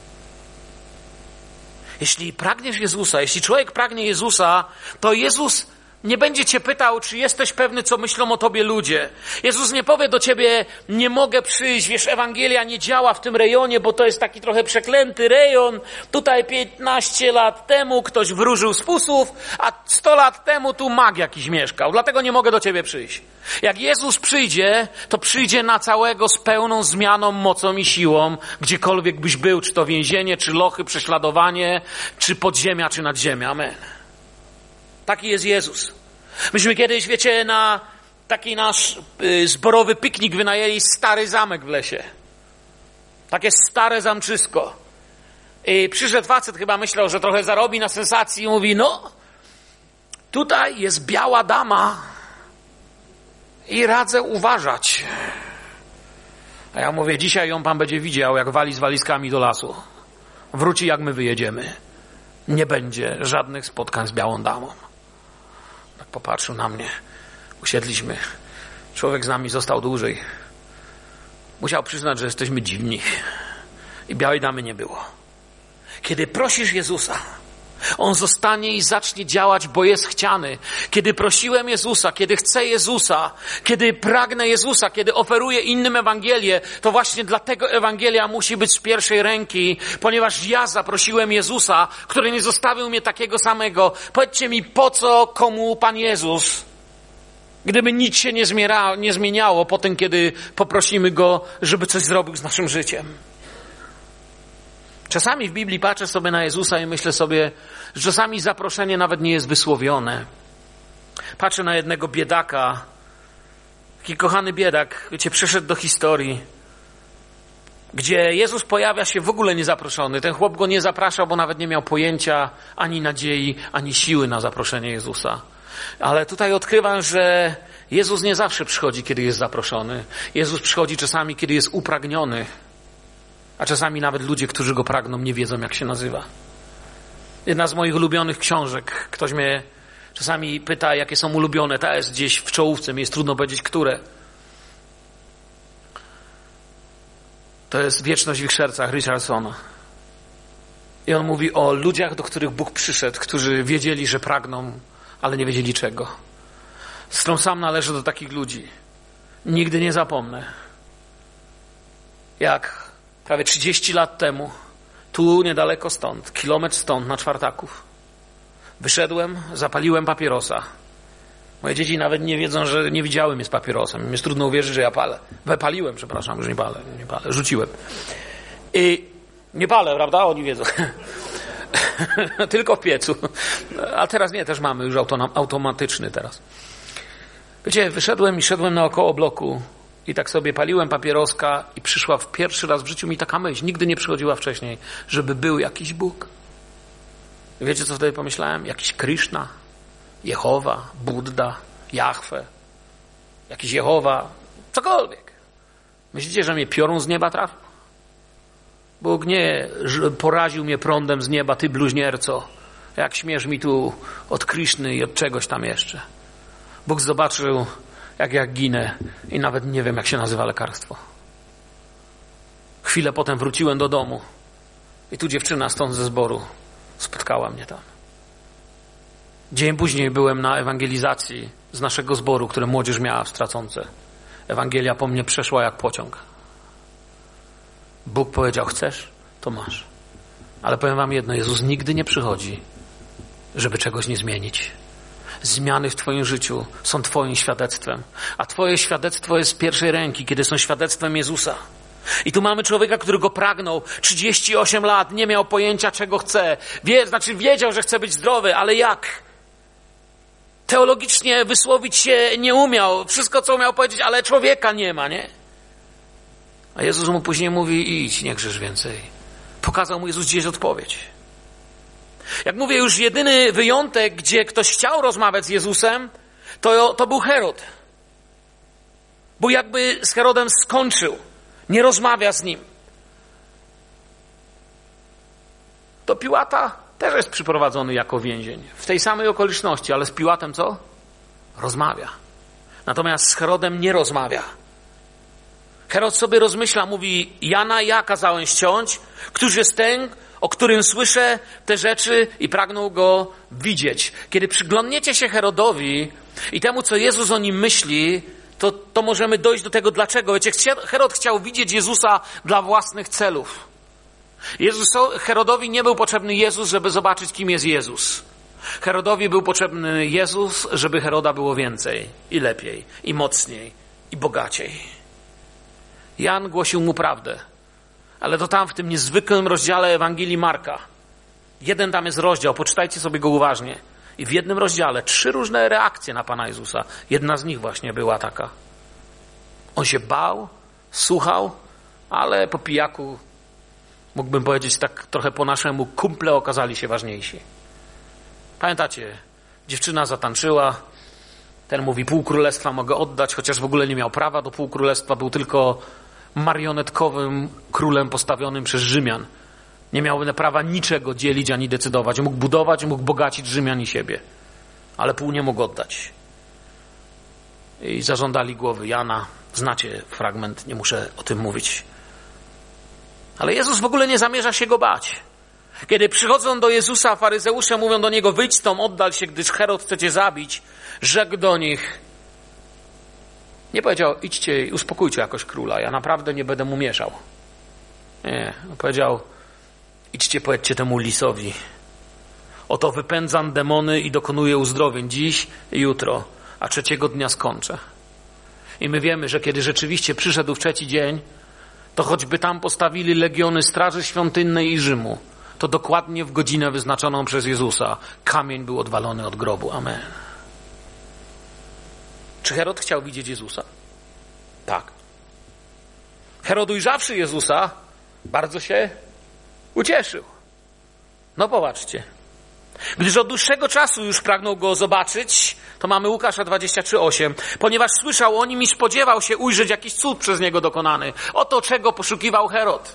Jeśli pragniesz Jezusa, jeśli człowiek pragnie Jezusa, to Jezus nie będzie cię pytał, czy jesteś pewny, co myślą o tobie ludzie. Jezus nie powie do ciebie, nie mogę przyjść, Ewangelia nie działa w tym rejonie, bo to jest taki trochę przeklęty rejon. Tutaj 15 lat temu ktoś wróżył z fusów, a 100 lat temu tu mag jakiś mieszkał. Dlatego nie mogę do ciebie przyjść. Jak Jezus przyjdzie, to przyjdzie na całego z pełną zmianą, mocą i siłą, gdziekolwiek byś był, czy to więzienie, czy lochy, prześladowanie, czy podziemia, czy nadziemia. Amen. Taki jest Jezus. Myśmy kiedyś, na taki nasz zborowy piknik wynajęli stary zamek w lesie. Takie stare zamczysko. I przyszedł facet, chyba myślał, że trochę zarobi na sensacji i mówi, tutaj jest biała dama i radzę uważać. A ja mówię, dzisiaj ją pan będzie widział, jak wali z walizkami do lasu. Wróci, jak my wyjedziemy. Nie będzie żadnych spotkań z białą damą. Tak popatrzył na mnie. Usiedliśmy. Człowiek z nami został dłużej. Musiał przyznać, że jesteśmy dziwni. I białej damy nie było. Kiedy prosisz Jezusa, On zostanie i zacznie działać, bo jest chciany. Kiedy prosiłem Jezusa, kiedy chcę Jezusa, kiedy pragnę Jezusa, kiedy oferuję innym Ewangelię, to właśnie dlatego Ewangelia musi być z pierwszej ręki, ponieważ ja zaprosiłem Jezusa, który nie zostawił mnie takiego samego. Powiedzcie mi, po co komu Pan Jezus, gdyby nic się nie zmieniało po tym, kiedy poprosimy Go, żeby coś zrobił z naszym życiem. Czasami w Biblii patrzę sobie na Jezusa i myślę sobie, że czasami zaproszenie nawet nie jest wysłowione. Patrzę na jednego biedaka. Taki kochany biedak, przeszedł do historii. gdzie Jezus pojawia się w ogóle niezaproszony. Ten chłop go nie zapraszał, bo nawet nie miał pojęcia, ani nadziei, ani siły na zaproszenie Jezusa. Ale tutaj odkrywam, że Jezus nie zawsze przychodzi, kiedy jest zaproszony. Jezus przychodzi czasami, kiedy jest upragniony. A czasami nawet ludzie, którzy go pragną, nie wiedzą, jak się nazywa. Jedna z moich ulubionych książek. Ktoś mnie czasami pyta, jakie są ulubione. Ta jest gdzieś w czołówce, mi jest trudno powiedzieć, które. To jest Wieczność w ich sercach Richardsona. I on mówi o ludziach, do których Bóg przyszedł, którzy wiedzieli, że pragną, ale nie wiedzieli czego. Zresztą sam należę do takich ludzi. Nigdy nie zapomnę, jak prawie 30 lat temu, tu niedaleko stąd, kilometr stąd, na Czwartaków, wyszedłem, zapaliłem papierosa. Moje dzieci nawet nie wiedzą, że nie widziałem je z papierosem. Mi jest trudno uwierzyć, że ja palę. Wypaliłem, przepraszam, że nie palę, rzuciłem. I nie palę, prawda? Oni wiedzą. Tylko w piecu. A teraz nie, też mamy już automatyczny teraz. Wiecie, wyszedłem i szedłem naokoło bloku i tak sobie paliłem papieroska i przyszła w pierwszy raz w życiu mi taka myśl, nigdy nie przychodziła wcześniej, żeby był jakiś Bóg. I wiecie, co wtedy pomyślałem? Jakiś Kryszna, Jehowa, Budda, Jahwe, jakiś Jehowa, cokolwiek. Myślicie, że mnie piorun z nieba trafił? Bóg nie poraził mnie prądem z nieba, ty bluźnierco, jak śmiesz mi tu od Kryszny i od czegoś tam jeszcze. Bóg zobaczył, jak ja ginę i nawet nie wiem, jak się nazywa lekarstwo. Chwilę potem wróciłem do domu i tu dziewczyna stąd ze zboru spotkała mnie tam. Dzień później byłem na ewangelizacji z naszego zboru, które młodzież miała w Straconce. Ewangelia po mnie przeszła jak pociąg. Bóg powiedział, chcesz, to masz. Ale powiem wam jedno, Jezus nigdy nie przychodzi, żeby czegoś nie zmienić. Zmiany w twoim życiu są twoim świadectwem, a twoje świadectwo jest z pierwszej ręki, kiedy są świadectwem Jezusa. I tu mamy człowieka, który go pragnął 38 lat, nie miał pojęcia, czego chce. Wiedział, że chce być zdrowy, ale jak? Teologicznie wysłowić się nie umiał. Wszystko, co umiał powiedzieć, ale człowieka nie ma, nie? A Jezus mu później mówi, idź, nie grzesz więcej. Pokazał mu Jezus gdzieś odpowiedź. Jak mówię, już jedyny wyjątek, gdzie ktoś chciał rozmawiać z Jezusem, to był Herod. Bo jakby z Herodem skończył. Nie rozmawia z nim. Do Piłata też jest przyprowadzony jako więzień. W tej samej okoliczności, ale z Piłatem co? Rozmawia. Natomiast z Herodem nie rozmawia. Herod sobie rozmyśla, mówi, Jana ja kazałem ściąć, któż jest ten, o którym słyszę te rzeczy i pragnął go widzieć. Kiedy przyglądniecie się Herodowi i temu, co Jezus o nim myśli, to możemy dojść do tego, dlaczego. Wiecie, Herod chciał widzieć Jezusa dla własnych celów. Herodowi nie był potrzebny Jezus, żeby zobaczyć, kim jest Jezus. Herodowi był potrzebny Jezus, żeby Heroda było więcej i lepiej, i mocniej, i bogaciej. Jan głosił mu prawdę, ale to tam w tym niezwykłym rozdziale Ewangelii Marka. Jeden tam jest rozdział, poczytajcie sobie go uważnie. I w jednym rozdziale 3 różne reakcje na Pana Jezusa. Jedna z nich właśnie była taka. On się bał, słuchał, ale po pijaku, mógłbym powiedzieć tak trochę po naszemu, kumple okazali się ważniejsi. Pamiętacie, dziewczyna zatańczyła, ten mówi, pół królestwa mogę oddać, chociaż w ogóle nie miał prawa do pół królestwa, był tylko marionetkowym królem postawionym przez Rzymian. Nie miał prawa niczego dzielić ani decydować. Mógł budować, mógł bogacić Rzymian i siebie. Ale pół nie mógł oddać. I zażądali głowy Jana. Znacie fragment, nie muszę o tym mówić. Ale Jezus w ogóle nie zamierza się go bać. Kiedy przychodzą do Jezusa, faryzeusze mówią do Niego, wyjdź stąd, oddal się, gdyż Herod chce Cię zabić. Rzekł do nich. Nie powiedział, idźcie i uspokójcie jakoś króla. Ja naprawdę nie będę mu mieszał. Nie, powiedział, idźcie, powiedzcie temu lisowi. Oto wypędzam demony i dokonuję uzdrowień dziś i jutro, a 3 dnia skończę. I my wiemy, że kiedy rzeczywiście przyszedł w 3 dzień, to choćby tam postawili legiony Straży Świątynnej i Rzymu, to dokładnie w godzinę wyznaczoną przez Jezusa kamień był odwalony od grobu. Amen. Czy Herod chciał widzieć Jezusa? Tak. Herod, ujrzawszy Jezusa, bardzo się ucieszył. No popatrzcie. Gdyż od dłuższego czasu już pragnął go zobaczyć, to mamy Łukasza 23:8, ponieważ słyszał o nim i spodziewał się ujrzeć jakiś cud przez niego dokonany. Oto czego poszukiwał Herod.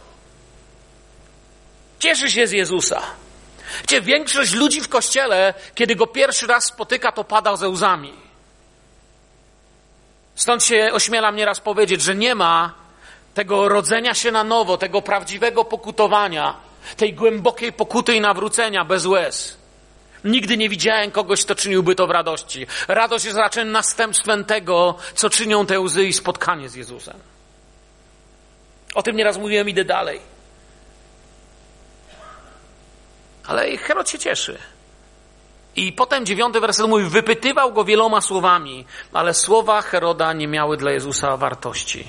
Cieszy się z Jezusa. Wiecie, większość ludzi w kościele, kiedy go pierwszy raz spotyka, to pada ze łzami. Stąd się ośmielam nieraz powiedzieć, że nie ma tego rodzenia się na nowo, tego prawdziwego pokutowania, tej głębokiej pokuty i nawrócenia bez łez. Nigdy nie widziałem kogoś, kto czyniłby to w radości. Radość jest raczej następstwem tego, co czynią te łzy i spotkanie z Jezusem. O tym nieraz mówiłem, idę dalej. Ale Herod się cieszy. I potem 9 werset mówi, wypytywał go wieloma słowami, ale słowa Heroda nie miały dla Jezusa wartości.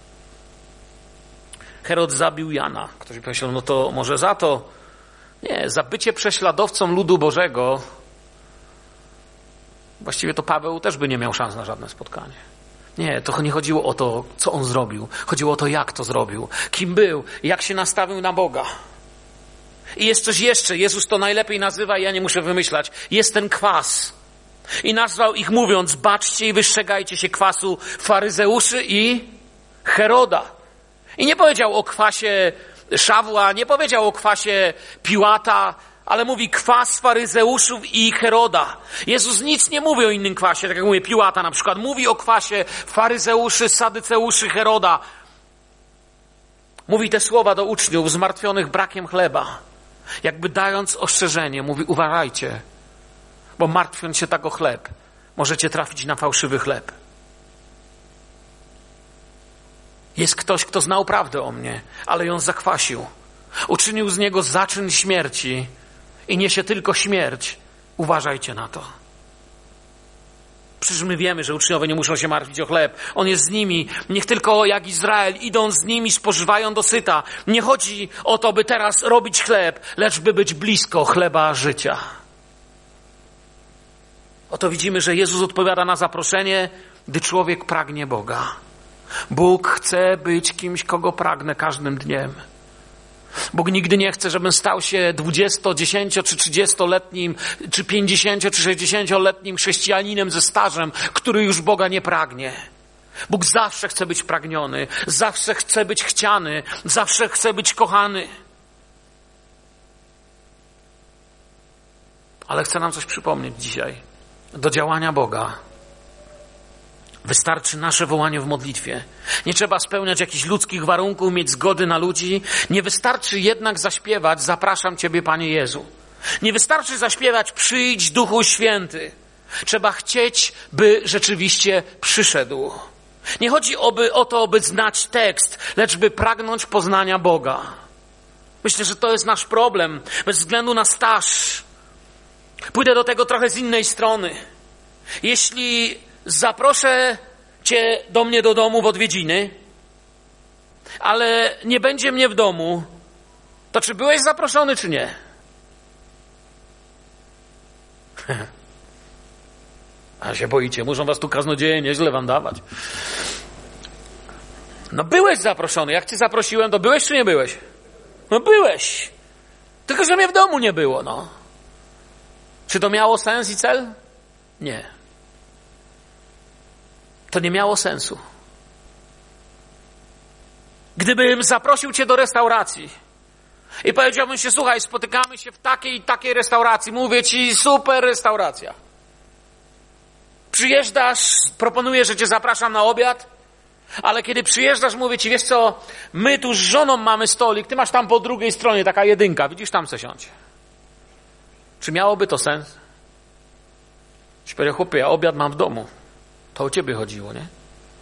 Herod zabił Jana. Ktoś by pomyślał, no to może za to. Nie, za bycie prześladowcą ludu Bożego. Właściwie to Paweł też by nie miał szans na żadne spotkanie. Nie, to nie chodziło o to, co on zrobił. Chodziło o to, jak to zrobił. Kim był, jak się nastawił na Boga. I jest coś jeszcze. Jezus to najlepiej nazywa i ja nie muszę wymyślać. Jest ten kwas. I nazwał ich mówiąc, baczcie i wystrzegajcie się kwasu faryzeuszy i Heroda. I nie powiedział o kwasie Szawła, nie powiedział o kwasie Piłata, ale mówi kwas faryzeuszów i Heroda. Jezus nic nie mówi o innym kwasie, tak jak mówi Piłata na przykład. Mówi o kwasie faryzeuszy, sadyceuszy, Heroda. Mówi te słowa do uczniów zmartwionych brakiem chleba. Jakby dając ostrzeżenie, mówi uważajcie, bo martwiąc się tak o chleb, możecie trafić na fałszywy chleb. Jest ktoś, kto znał prawdę o mnie, ale ją zakwasił. Uczynił z niego zaczyn śmierci i niesie tylko śmierć. Uważajcie na to. Przecież my wiemy, że uczniowie nie muszą się martwić o chleb. On jest z nimi. Niech tylko jak Izrael idą z nimi, spożywają dosyta. Nie chodzi o to, by teraz robić chleb, lecz by być blisko chleba życia. Oto widzimy, że Jezus odpowiada na zaproszenie, gdy człowiek pragnie Boga. Bóg chce być kimś, kogo pragnę każdym dniem. Bóg nigdy nie chce, żebym stał się 20, 10 czy 30-letnim, czy 50 czy 60-letnim chrześcijaninem ze stażem, który już Boga nie pragnie. Bóg zawsze chce być pragniony, zawsze chce być chciany, zawsze chce być kochany. Ale chcę nam coś przypomnieć dzisiaj. Do działania Boga wystarczy nasze wołanie w modlitwie. Nie trzeba spełniać jakichś ludzkich warunków, mieć zgody na ludzi. Nie wystarczy jednak zaśpiewać, zapraszam Ciebie, Panie Jezu. Nie wystarczy zaśpiewać, przyjdź Duchu Święty. Trzeba chcieć, by rzeczywiście przyszedł. Nie chodzi o to, by znać tekst, lecz by pragnąć poznania Boga. Myślę, że to jest nasz problem, bez względu na staż. Pójdę do tego trochę z innej strony. Jeśli zaproszę Cię do mnie do domu w odwiedziny, ale nie będzie mnie w domu, to czy byłeś zaproszony, czy nie? A się boicie, muszą was tu kaznodzieje nieźle wam dawać. No byłeś zaproszony, jak Cię zaprosiłem, to byłeś czy nie byłeś? No byłeś, tylko że mnie w domu nie było, no. Czy to miało sens i cel? Nie. To nie miało sensu. Gdybym zaprosił Cię do restauracji i powiedziałbym się, słuchaj, spotykamy się w takiej i takiej restauracji, mówię Ci, super restauracja. Przyjeżdżasz, proponuję, że Cię zapraszam na obiad, ale kiedy przyjeżdżasz, mówię Ci, wiesz co, my tu z żoną mamy stolik, Ty masz tam po drugiej stronie, taka jedynka, widzisz, tam se siądź. Czy miałoby to sens? Śpieję, chłopie, ja obiad mam w domu. To o Ciebie chodziło, nie?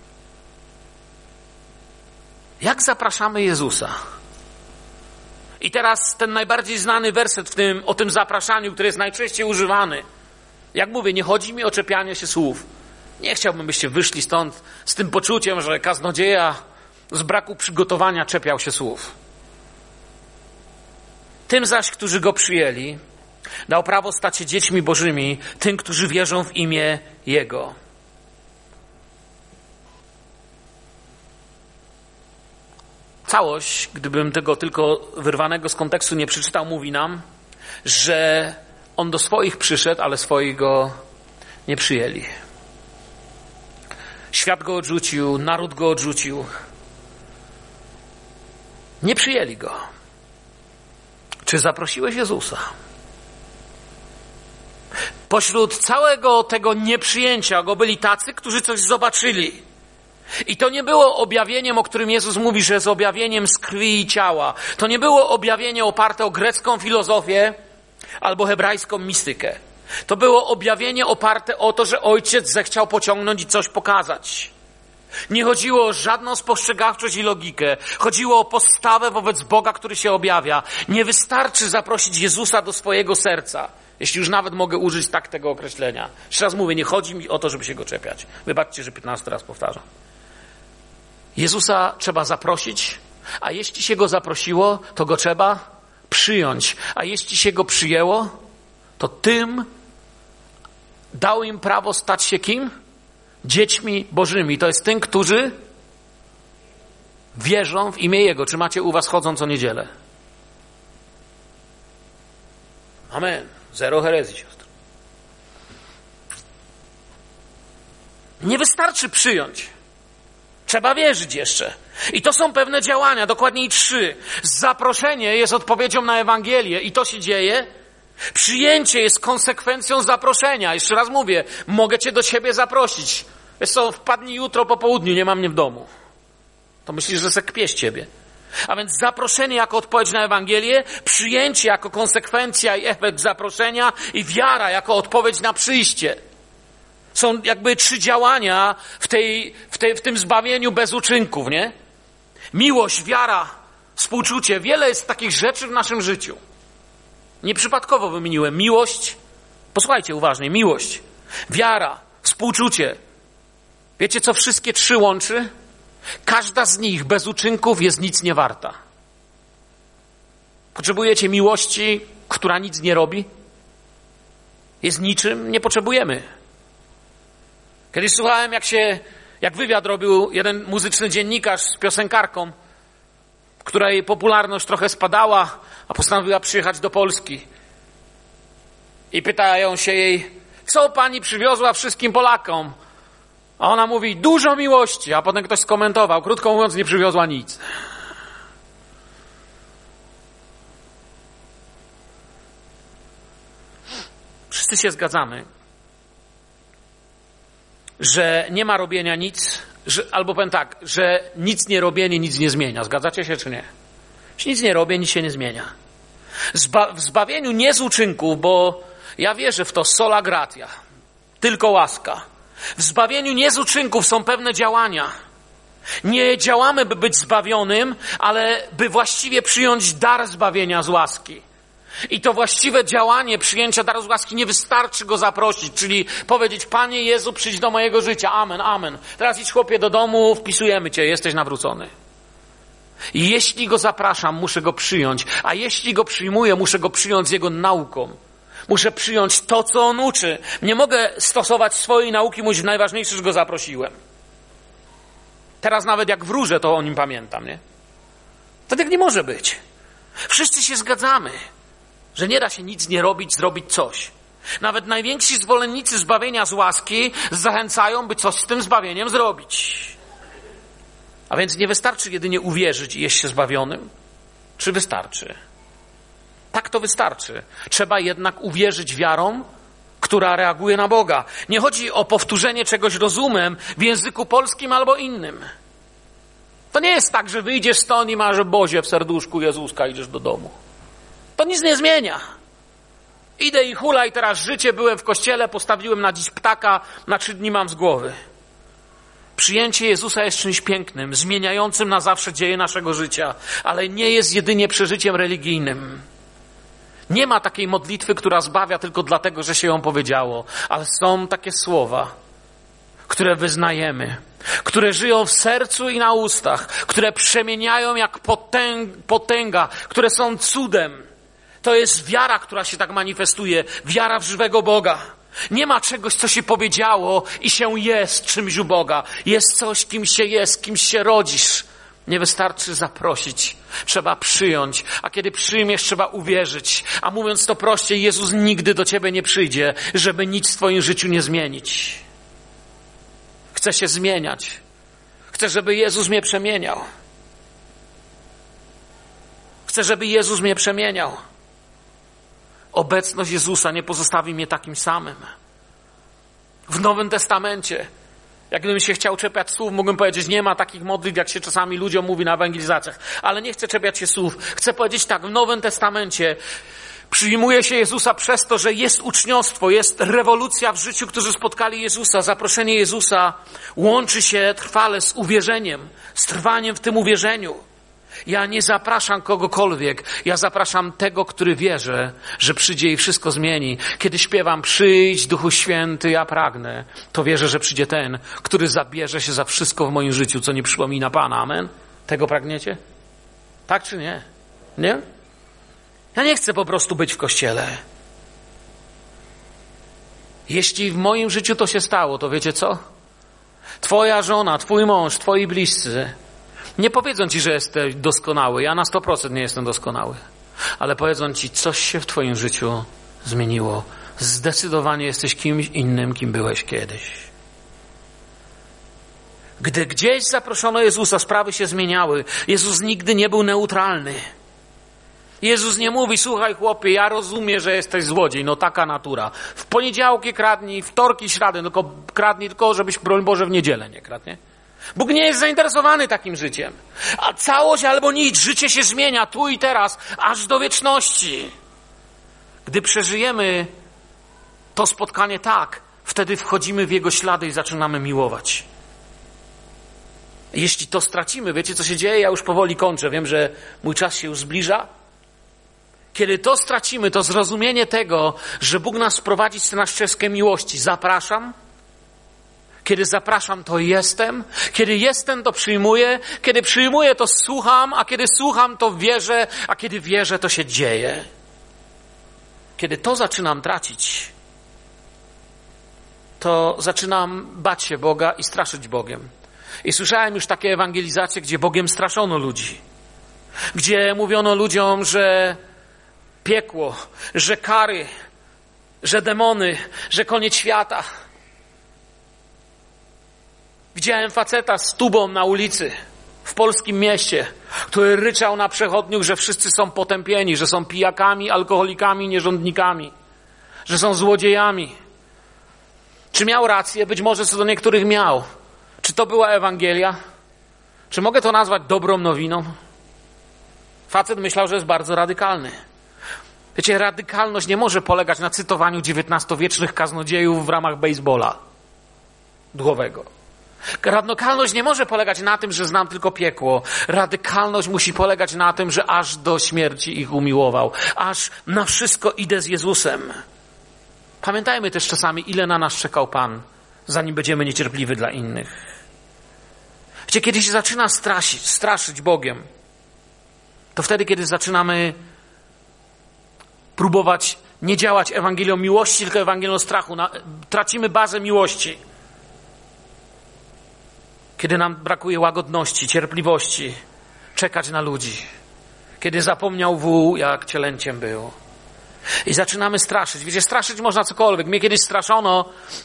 Jak zapraszamy Jezusa? I teraz ten najbardziej znany werset o tym zapraszaniu, który jest najczęściej używany. Jak mówię, nie chodzi mi o czepianie się słów. Nie chciałbym, byście wyszli stąd z tym poczuciem, że kaznodzieja z braku przygotowania czepiał się słów. Tym zaś, którzy Go przyjęli, dał prawo stać się dziećmi Bożymi, tym, którzy wierzą w imię Jego. Całość, gdybym tego tylko wyrwanego z kontekstu nie przeczytał, mówi nam, że on do swoich przyszedł, ale swoich go nie przyjęli. Świat go odrzucił, naród go odrzucił. Nie przyjęli go. Czy zaprosiłeś Jezusa? Pośród całego tego nieprzyjęcia go byli tacy, którzy coś zobaczyli. I to nie było objawieniem, o którym Jezus mówi, że jest objawieniem z krwi i ciała. To nie było objawienie oparte o grecką filozofię albo hebrajską mistykę. To było objawienie oparte o to, że Ojciec zechciał pociągnąć i coś pokazać. Nie chodziło o żadną spostrzegawczość i logikę. Chodziło o postawę wobec Boga, który się objawia. Nie wystarczy zaprosić Jezusa do swojego serca. Jeśli już nawet mogę użyć tak tego określenia. Jeszcze raz mówię, nie chodzi mi o to, żeby się go czepiać. Wybaczcie, że 15 raz powtarzam. Jezusa trzeba zaprosić, a jeśli się go zaprosiło, to go trzeba przyjąć. A jeśli się go przyjęło, to tym dał im prawo stać się kim? Dziećmi Bożymi. To jest tym, którzy wierzą w imię Jego. Czy macie u was chodząc o niedzielę? Amen. Zero herezji, siostro. Nie wystarczy przyjąć. Trzeba wierzyć jeszcze. I to są pewne działania, dokładniej 3. Zaproszenie jest odpowiedzią na Ewangelię i to się dzieje. Przyjęcie jest konsekwencją zaproszenia. Jeszcze raz mówię, mogę cię do siebie zaprosić. Wiesz co, wpadnij jutro po południu, nie ma mnie w domu. To myślisz, że se kpię z ciebie. A więc zaproszenie jako odpowiedź na Ewangelię, przyjęcie jako konsekwencja i efekt zaproszenia i wiara jako odpowiedź na przyjście. Są jakby 3 działania w tym zbawieniu bez uczynków, nie? Miłość, wiara, współczucie. Wiele jest takich rzeczy w naszym życiu. Nieprzypadkowo wymieniłem miłość. Posłuchajcie uważnie. Miłość, wiara, współczucie. Wiecie, co wszystkie 3 łączy? Każda z nich bez uczynków jest nic nie warta. Potrzebujecie miłości, która nic nie robi? Jest niczym? Nie potrzebujemy. Kiedyś słuchałem, jak wywiad robił jeden muzyczny dziennikarz z piosenkarką, której popularność trochę spadała, a postanowiła przyjechać do Polski. I pytają się jej, co pani przywiozła wszystkim Polakom? A ona mówi, dużo miłości, a potem ktoś skomentował, krótko mówiąc, nie przywiozła nic. Wszyscy się zgadzamy, że nie ma robienia nic, albo powiem tak, że nic nie robienie nic nie zmienia. Zgadzacie się czy nie? Jeśli nic nie robię, nic się nie zmienia. W zbawieniu nie z uczynków, bo ja wierzę w to sola gratia, tylko łaska. W zbawieniu nie z uczynków są pewne działania. Nie działamy, by być zbawionym, ale by właściwie przyjąć dar zbawienia z łaski. I to właściwe działanie przyjęcia daru z łaski nie wystarczy go zaprosić, czyli powiedzieć, Panie Jezu, przyjdź do mojego życia, amen, amen. Teraz idź chłopie do domu, wpisujemy cię, jesteś nawrócony. I jeśli go zapraszam, muszę go przyjąć, a jeśli go przyjmuję, muszę go przyjąć z jego nauką. Muszę przyjąć to, co on uczy. Nie mogę stosować swojej nauki, mówić najważniejsze, że go zaprosiłem. Teraz nawet jak wróżę, to o nim pamiętam, nie? To tak nie może być. Wszyscy się zgadzamy, że nie da się nic nie robić, zrobić coś. Nawet najwięksi zwolennicy zbawienia z łaski zachęcają, by coś z tym zbawieniem zrobić. A więc nie wystarczy jedynie uwierzyć i jest się zbawionym. Czy wystarczy? Tak to wystarczy. Trzeba jednak uwierzyć wiarą, która reaguje na Boga. Nie chodzi o powtórzenie czegoś rozumem w języku polskim albo innym. To nie jest tak, że wyjdziesz stąd i masz Bozie w serduszku Jezuska, idziesz do domu. To nic nie zmienia. Idę i hulaj teraz życie, byłem w kościele, postawiłem na dziś ptaka, na 3 dni mam z głowy. Przyjęcie Jezusa jest czymś pięknym, zmieniającym na zawsze dzieje naszego życia, ale nie jest jedynie przeżyciem religijnym. Nie ma takiej modlitwy, która zbawia tylko dlatego, że się ją powiedziało, ale są takie słowa, które wyznajemy, które żyją w sercu i na ustach, które przemieniają jak potęga, które są cudem. To jest wiara, która się tak manifestuje, wiara w żywego Boga. Nie ma czegoś, co się powiedziało i się jest czymś u Boga. Jest coś, kim się jest, kimś się rodzisz. Nie wystarczy zaprosić, trzeba przyjąć, a kiedy przyjmiesz, trzeba uwierzyć. A mówiąc to prościej, Jezus nigdy do ciebie nie przyjdzie, żeby nic w twoim życiu nie zmienić. Chcę się zmieniać. Chcę, żeby Jezus mnie przemieniał. Chcę, żeby Jezus mnie przemieniał. Obecność Jezusa nie pozostawi mnie takim samym. W Nowym Testamencie, jak gdybym się chciał czepiać słów, mógłbym powiedzieć, nie ma takich modlitw, jak się czasami ludziom mówi na ewangelizacjach. Ale nie chcę czepiać się słów. Chcę powiedzieć tak, w Nowym Testamencie przyjmuje się Jezusa przez to, że jest uczniostwo, jest rewolucja w życiu, którzy spotkali Jezusa. Zaproszenie Jezusa łączy się trwale z uwierzeniem, z trwaniem w tym uwierzeniu. Ja nie zapraszam kogokolwiek, ja zapraszam tego, który wierzy, że przyjdzie i wszystko zmieni. Kiedy śpiewam, przyjdź Duchu Święty, ja pragnę, to wierzę, że przyjdzie ten, który zabierze się za wszystko w moim życiu, co nie przypomina Pana. Amen? Tego pragniecie? Tak czy nie? Nie? Ja nie chcę po prostu być w kościele. Jeśli w moim życiu to się stało, to wiecie co? Twoja żona, twój mąż, twoi bliscy nie powiedzą ci, że jesteś doskonały. Ja na 100% nie jestem doskonały. Ale powiedzą ci, coś się w twoim życiu zmieniło. Zdecydowanie jesteś kimś innym, kim byłeś kiedyś. Gdy gdzieś zaproszono Jezusa, sprawy się zmieniały. Jezus nigdy nie był neutralny. Jezus nie mówi, słuchaj chłopie, ja rozumiem, że jesteś złodziej, no taka natura. W poniedziałki kradnij, wtorki, śrady, tylko kradnij, tylko żebyś, broń Boże, w niedzielę nie kradł, nie? Bóg nie jest zainteresowany takim życiem. A całość albo nic, życie się zmienia tu i teraz, aż do wieczności. Gdy przeżyjemy to spotkanie tak, wtedy wchodzimy w Jego ślady i zaczynamy miłować. Jeśli to stracimy, wiecie co się dzieje? Ja już powoli kończę, wiem, że mój czas się już zbliża. Kiedy to stracimy, to zrozumienie tego, że Bóg nas prowadzi na ścieżkę miłości. Zapraszam. Kiedy zapraszam, to jestem. Kiedy jestem, to przyjmuję. Kiedy przyjmuję, to słucham. A kiedy słucham, to wierzę. A kiedy wierzę, to się dzieje. Kiedy to zaczynam tracić, to zaczynam bać się Boga i straszyć Bogiem. I słyszałem już takie ewangelizacje, gdzie Bogiem straszono ludzi. Gdzie mówiono ludziom, że piekło, że kary, że demony, że koniec świata. Widziałem faceta z tubą na ulicy w polskim mieście, który ryczał na przechodniów, że wszyscy są potępieni, że są pijakami, alkoholikami, nierządnikami, że są złodziejami. Czy miał rację? Być może co do niektórych miał. Czy to była Ewangelia? Czy mogę to nazwać dobrą nowiną? Facet myślał, że jest bardzo radykalny. Wiecie, radykalność nie może polegać na cytowaniu XIX-wiecznych kaznodziejów w ramach baseballa duchowego. Radykalność nie może polegać na tym, że znam tylko piekło. Radykalność musi polegać na tym, że aż do śmierci ich umiłował. Aż na wszystko idę z Jezusem. Pamiętajmy też czasami, ile na nas czekał Pan, zanim będziemy niecierpliwi dla innych. Wiecie, kiedy się zaczyna straszyć Bogiem, to wtedy, kiedy zaczynamy próbować nie działać Ewangelią miłości, tylko Ewangelią strachu. Tracimy bazę miłości. Kiedy nam brakuje łagodności, cierpliwości, czekać na ludzi. Kiedy zapomniał wół, jak cielęciem był. I zaczynamy straszyć. Wiecie, straszyć można cokolwiek. Mnie kiedyś straszono,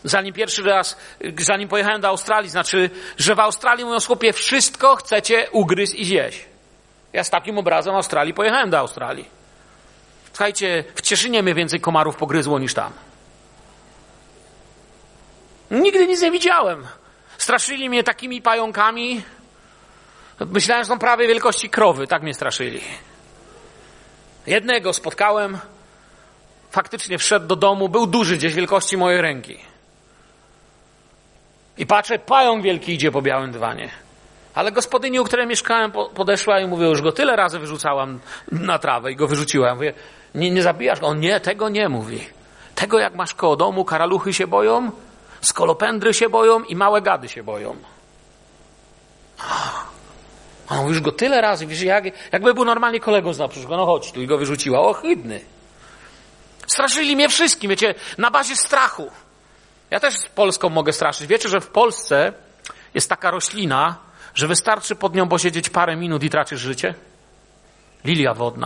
zanim pojechałem do Australii, znaczy, że w Australii mówią, chłopie, wszystko chcecie ugryźć i zjeść. Ja z takim obrazem Australii pojechałem do Australii. Słuchajcie, w Cieszynie mnie więcej komarów pogryzło niż tam. Nigdy nic nie widziałem. Straszyli mnie takimi pająkami. Myślałem, że są prawie wielkości krowy. Tak mnie straszyli. Jednego spotkałem. Faktycznie wszedł do domu. Był duży, gdzieś wielkości mojej ręki. I patrzę, pająk wielki idzie po białym dywanie. Ale gospodyni, u której mieszkałem, podeszła i mówiła, już go tyle razy wyrzucałam na trawę i go wyrzuciłam. Mówię, nie zabijasz go? On nie, tego nie mówi. Tego jak masz koło domu, karaluchy się boją, skolopendry się boją i małe gady się boją. A on już go tyle razy, wiesz, jakby był normalnie kolegą z naprzeciwko, no chodź tu, i go wyrzuciła. Ohydny. Straszyli mnie wszystkim, wiecie, na bazie strachu. Ja też z Polską mogę straszyć. Wiecie, że w Polsce jest taka roślina, że wystarczy pod nią posiedzieć parę minut i tracisz życie? Lilia wodna.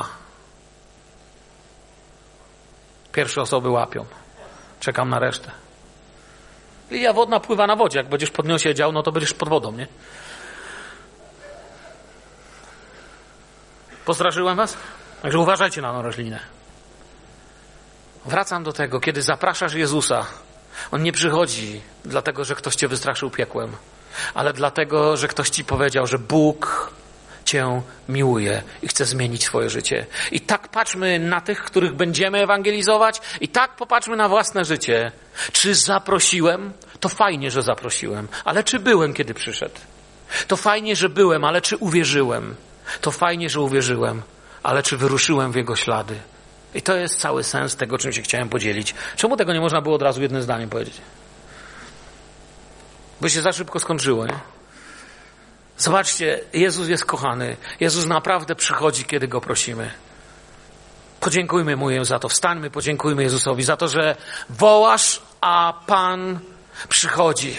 Pierwsze osoby łapią. Czekam na resztę. Lilia wodna pływa na wodzie. Jak będziesz pod nią siedział, no to będziesz pod wodą, nie? Postraszyłem was? Także uważajcie na tą roślinę. Wracam do tego, kiedy zapraszasz Jezusa. On nie przychodzi dlatego, że ktoś cię wystraszył piekłem, ale dlatego, że ktoś ci powiedział, że Bóg cię miłuje i chce zmienić twoje życie. I tak patrzmy na tych, których będziemy ewangelizować, i tak popatrzmy na własne życie. Czy zaprosiłem? To fajnie, że zaprosiłem, ale czy byłem, kiedy przyszedł? To fajnie, że byłem, ale czy uwierzyłem? To fajnie, że uwierzyłem, ale czy wyruszyłem w Jego ślady? I to jest cały sens tego, czym się chciałem podzielić. Czemu tego nie można było od razu jednym zdaniem powiedzieć? Bo się za szybko skończyło, nie? Zobaczcie, Jezus jest kochany. Jezus naprawdę przychodzi, kiedy Go prosimy. Podziękujmy Mu za to. Wstańmy, podziękujmy Jezusowi za to, że wołasz, a Pan przychodzi.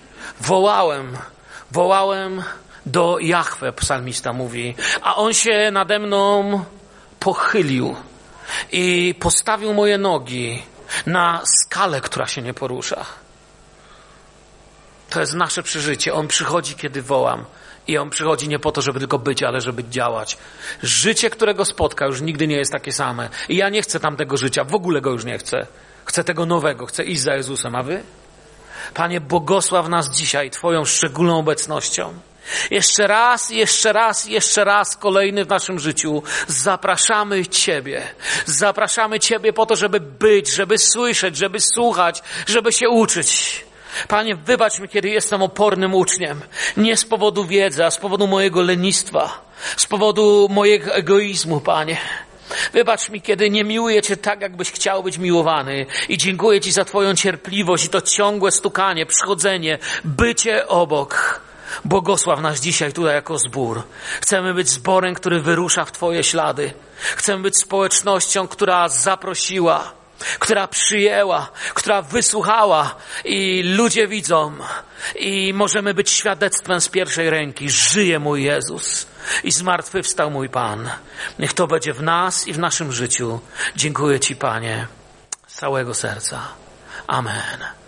Wołałem do Jahwe, psalmista mówi, a On się nade mną pochylił i postawił moje nogi na skalę, która się nie porusza. To jest nasze przeżycie. On przychodzi, kiedy wołam. I On przychodzi nie po to, żeby tylko być, ale żeby działać. Życie, którego spotka, już nigdy nie jest takie same. I ja nie chcę tamtego życia. W ogóle go już nie chcę. Chcę tego nowego. Chcę iść za Jezusem. A wy? Panie, błogosław nas dzisiaj Twoją szczególną obecnością. Jeszcze raz kolejny w naszym życiu zapraszamy Ciebie. Zapraszamy Ciebie po to, żeby być, żeby słyszeć, żeby słuchać, żeby się uczyć. Panie, wybacz mi, kiedy jestem opornym uczniem. Nie z powodu wiedzy, a z powodu mojego lenistwa. Z powodu mojego egoizmu, Panie. Wybacz mi, kiedy nie miłuję Cię tak, jakbyś chciał być miłowany. I dziękuję Ci za Twoją cierpliwość i to ciągłe stukanie, przychodzenie, bycie obok. Błogosław nas dzisiaj tutaj jako zbór. Chcemy być zborem, który wyrusza w Twoje ślady. Chcemy być społecznością, która zaprosiła, która przyjęła, która wysłuchała i ludzie widzą i możemy być świadectwem z pierwszej ręki. Żyje mój Jezus i zmartwychwstał mój Pan. Niech to będzie w nas i w naszym życiu. Dziękuję Ci, Panie, z całego serca. Amen.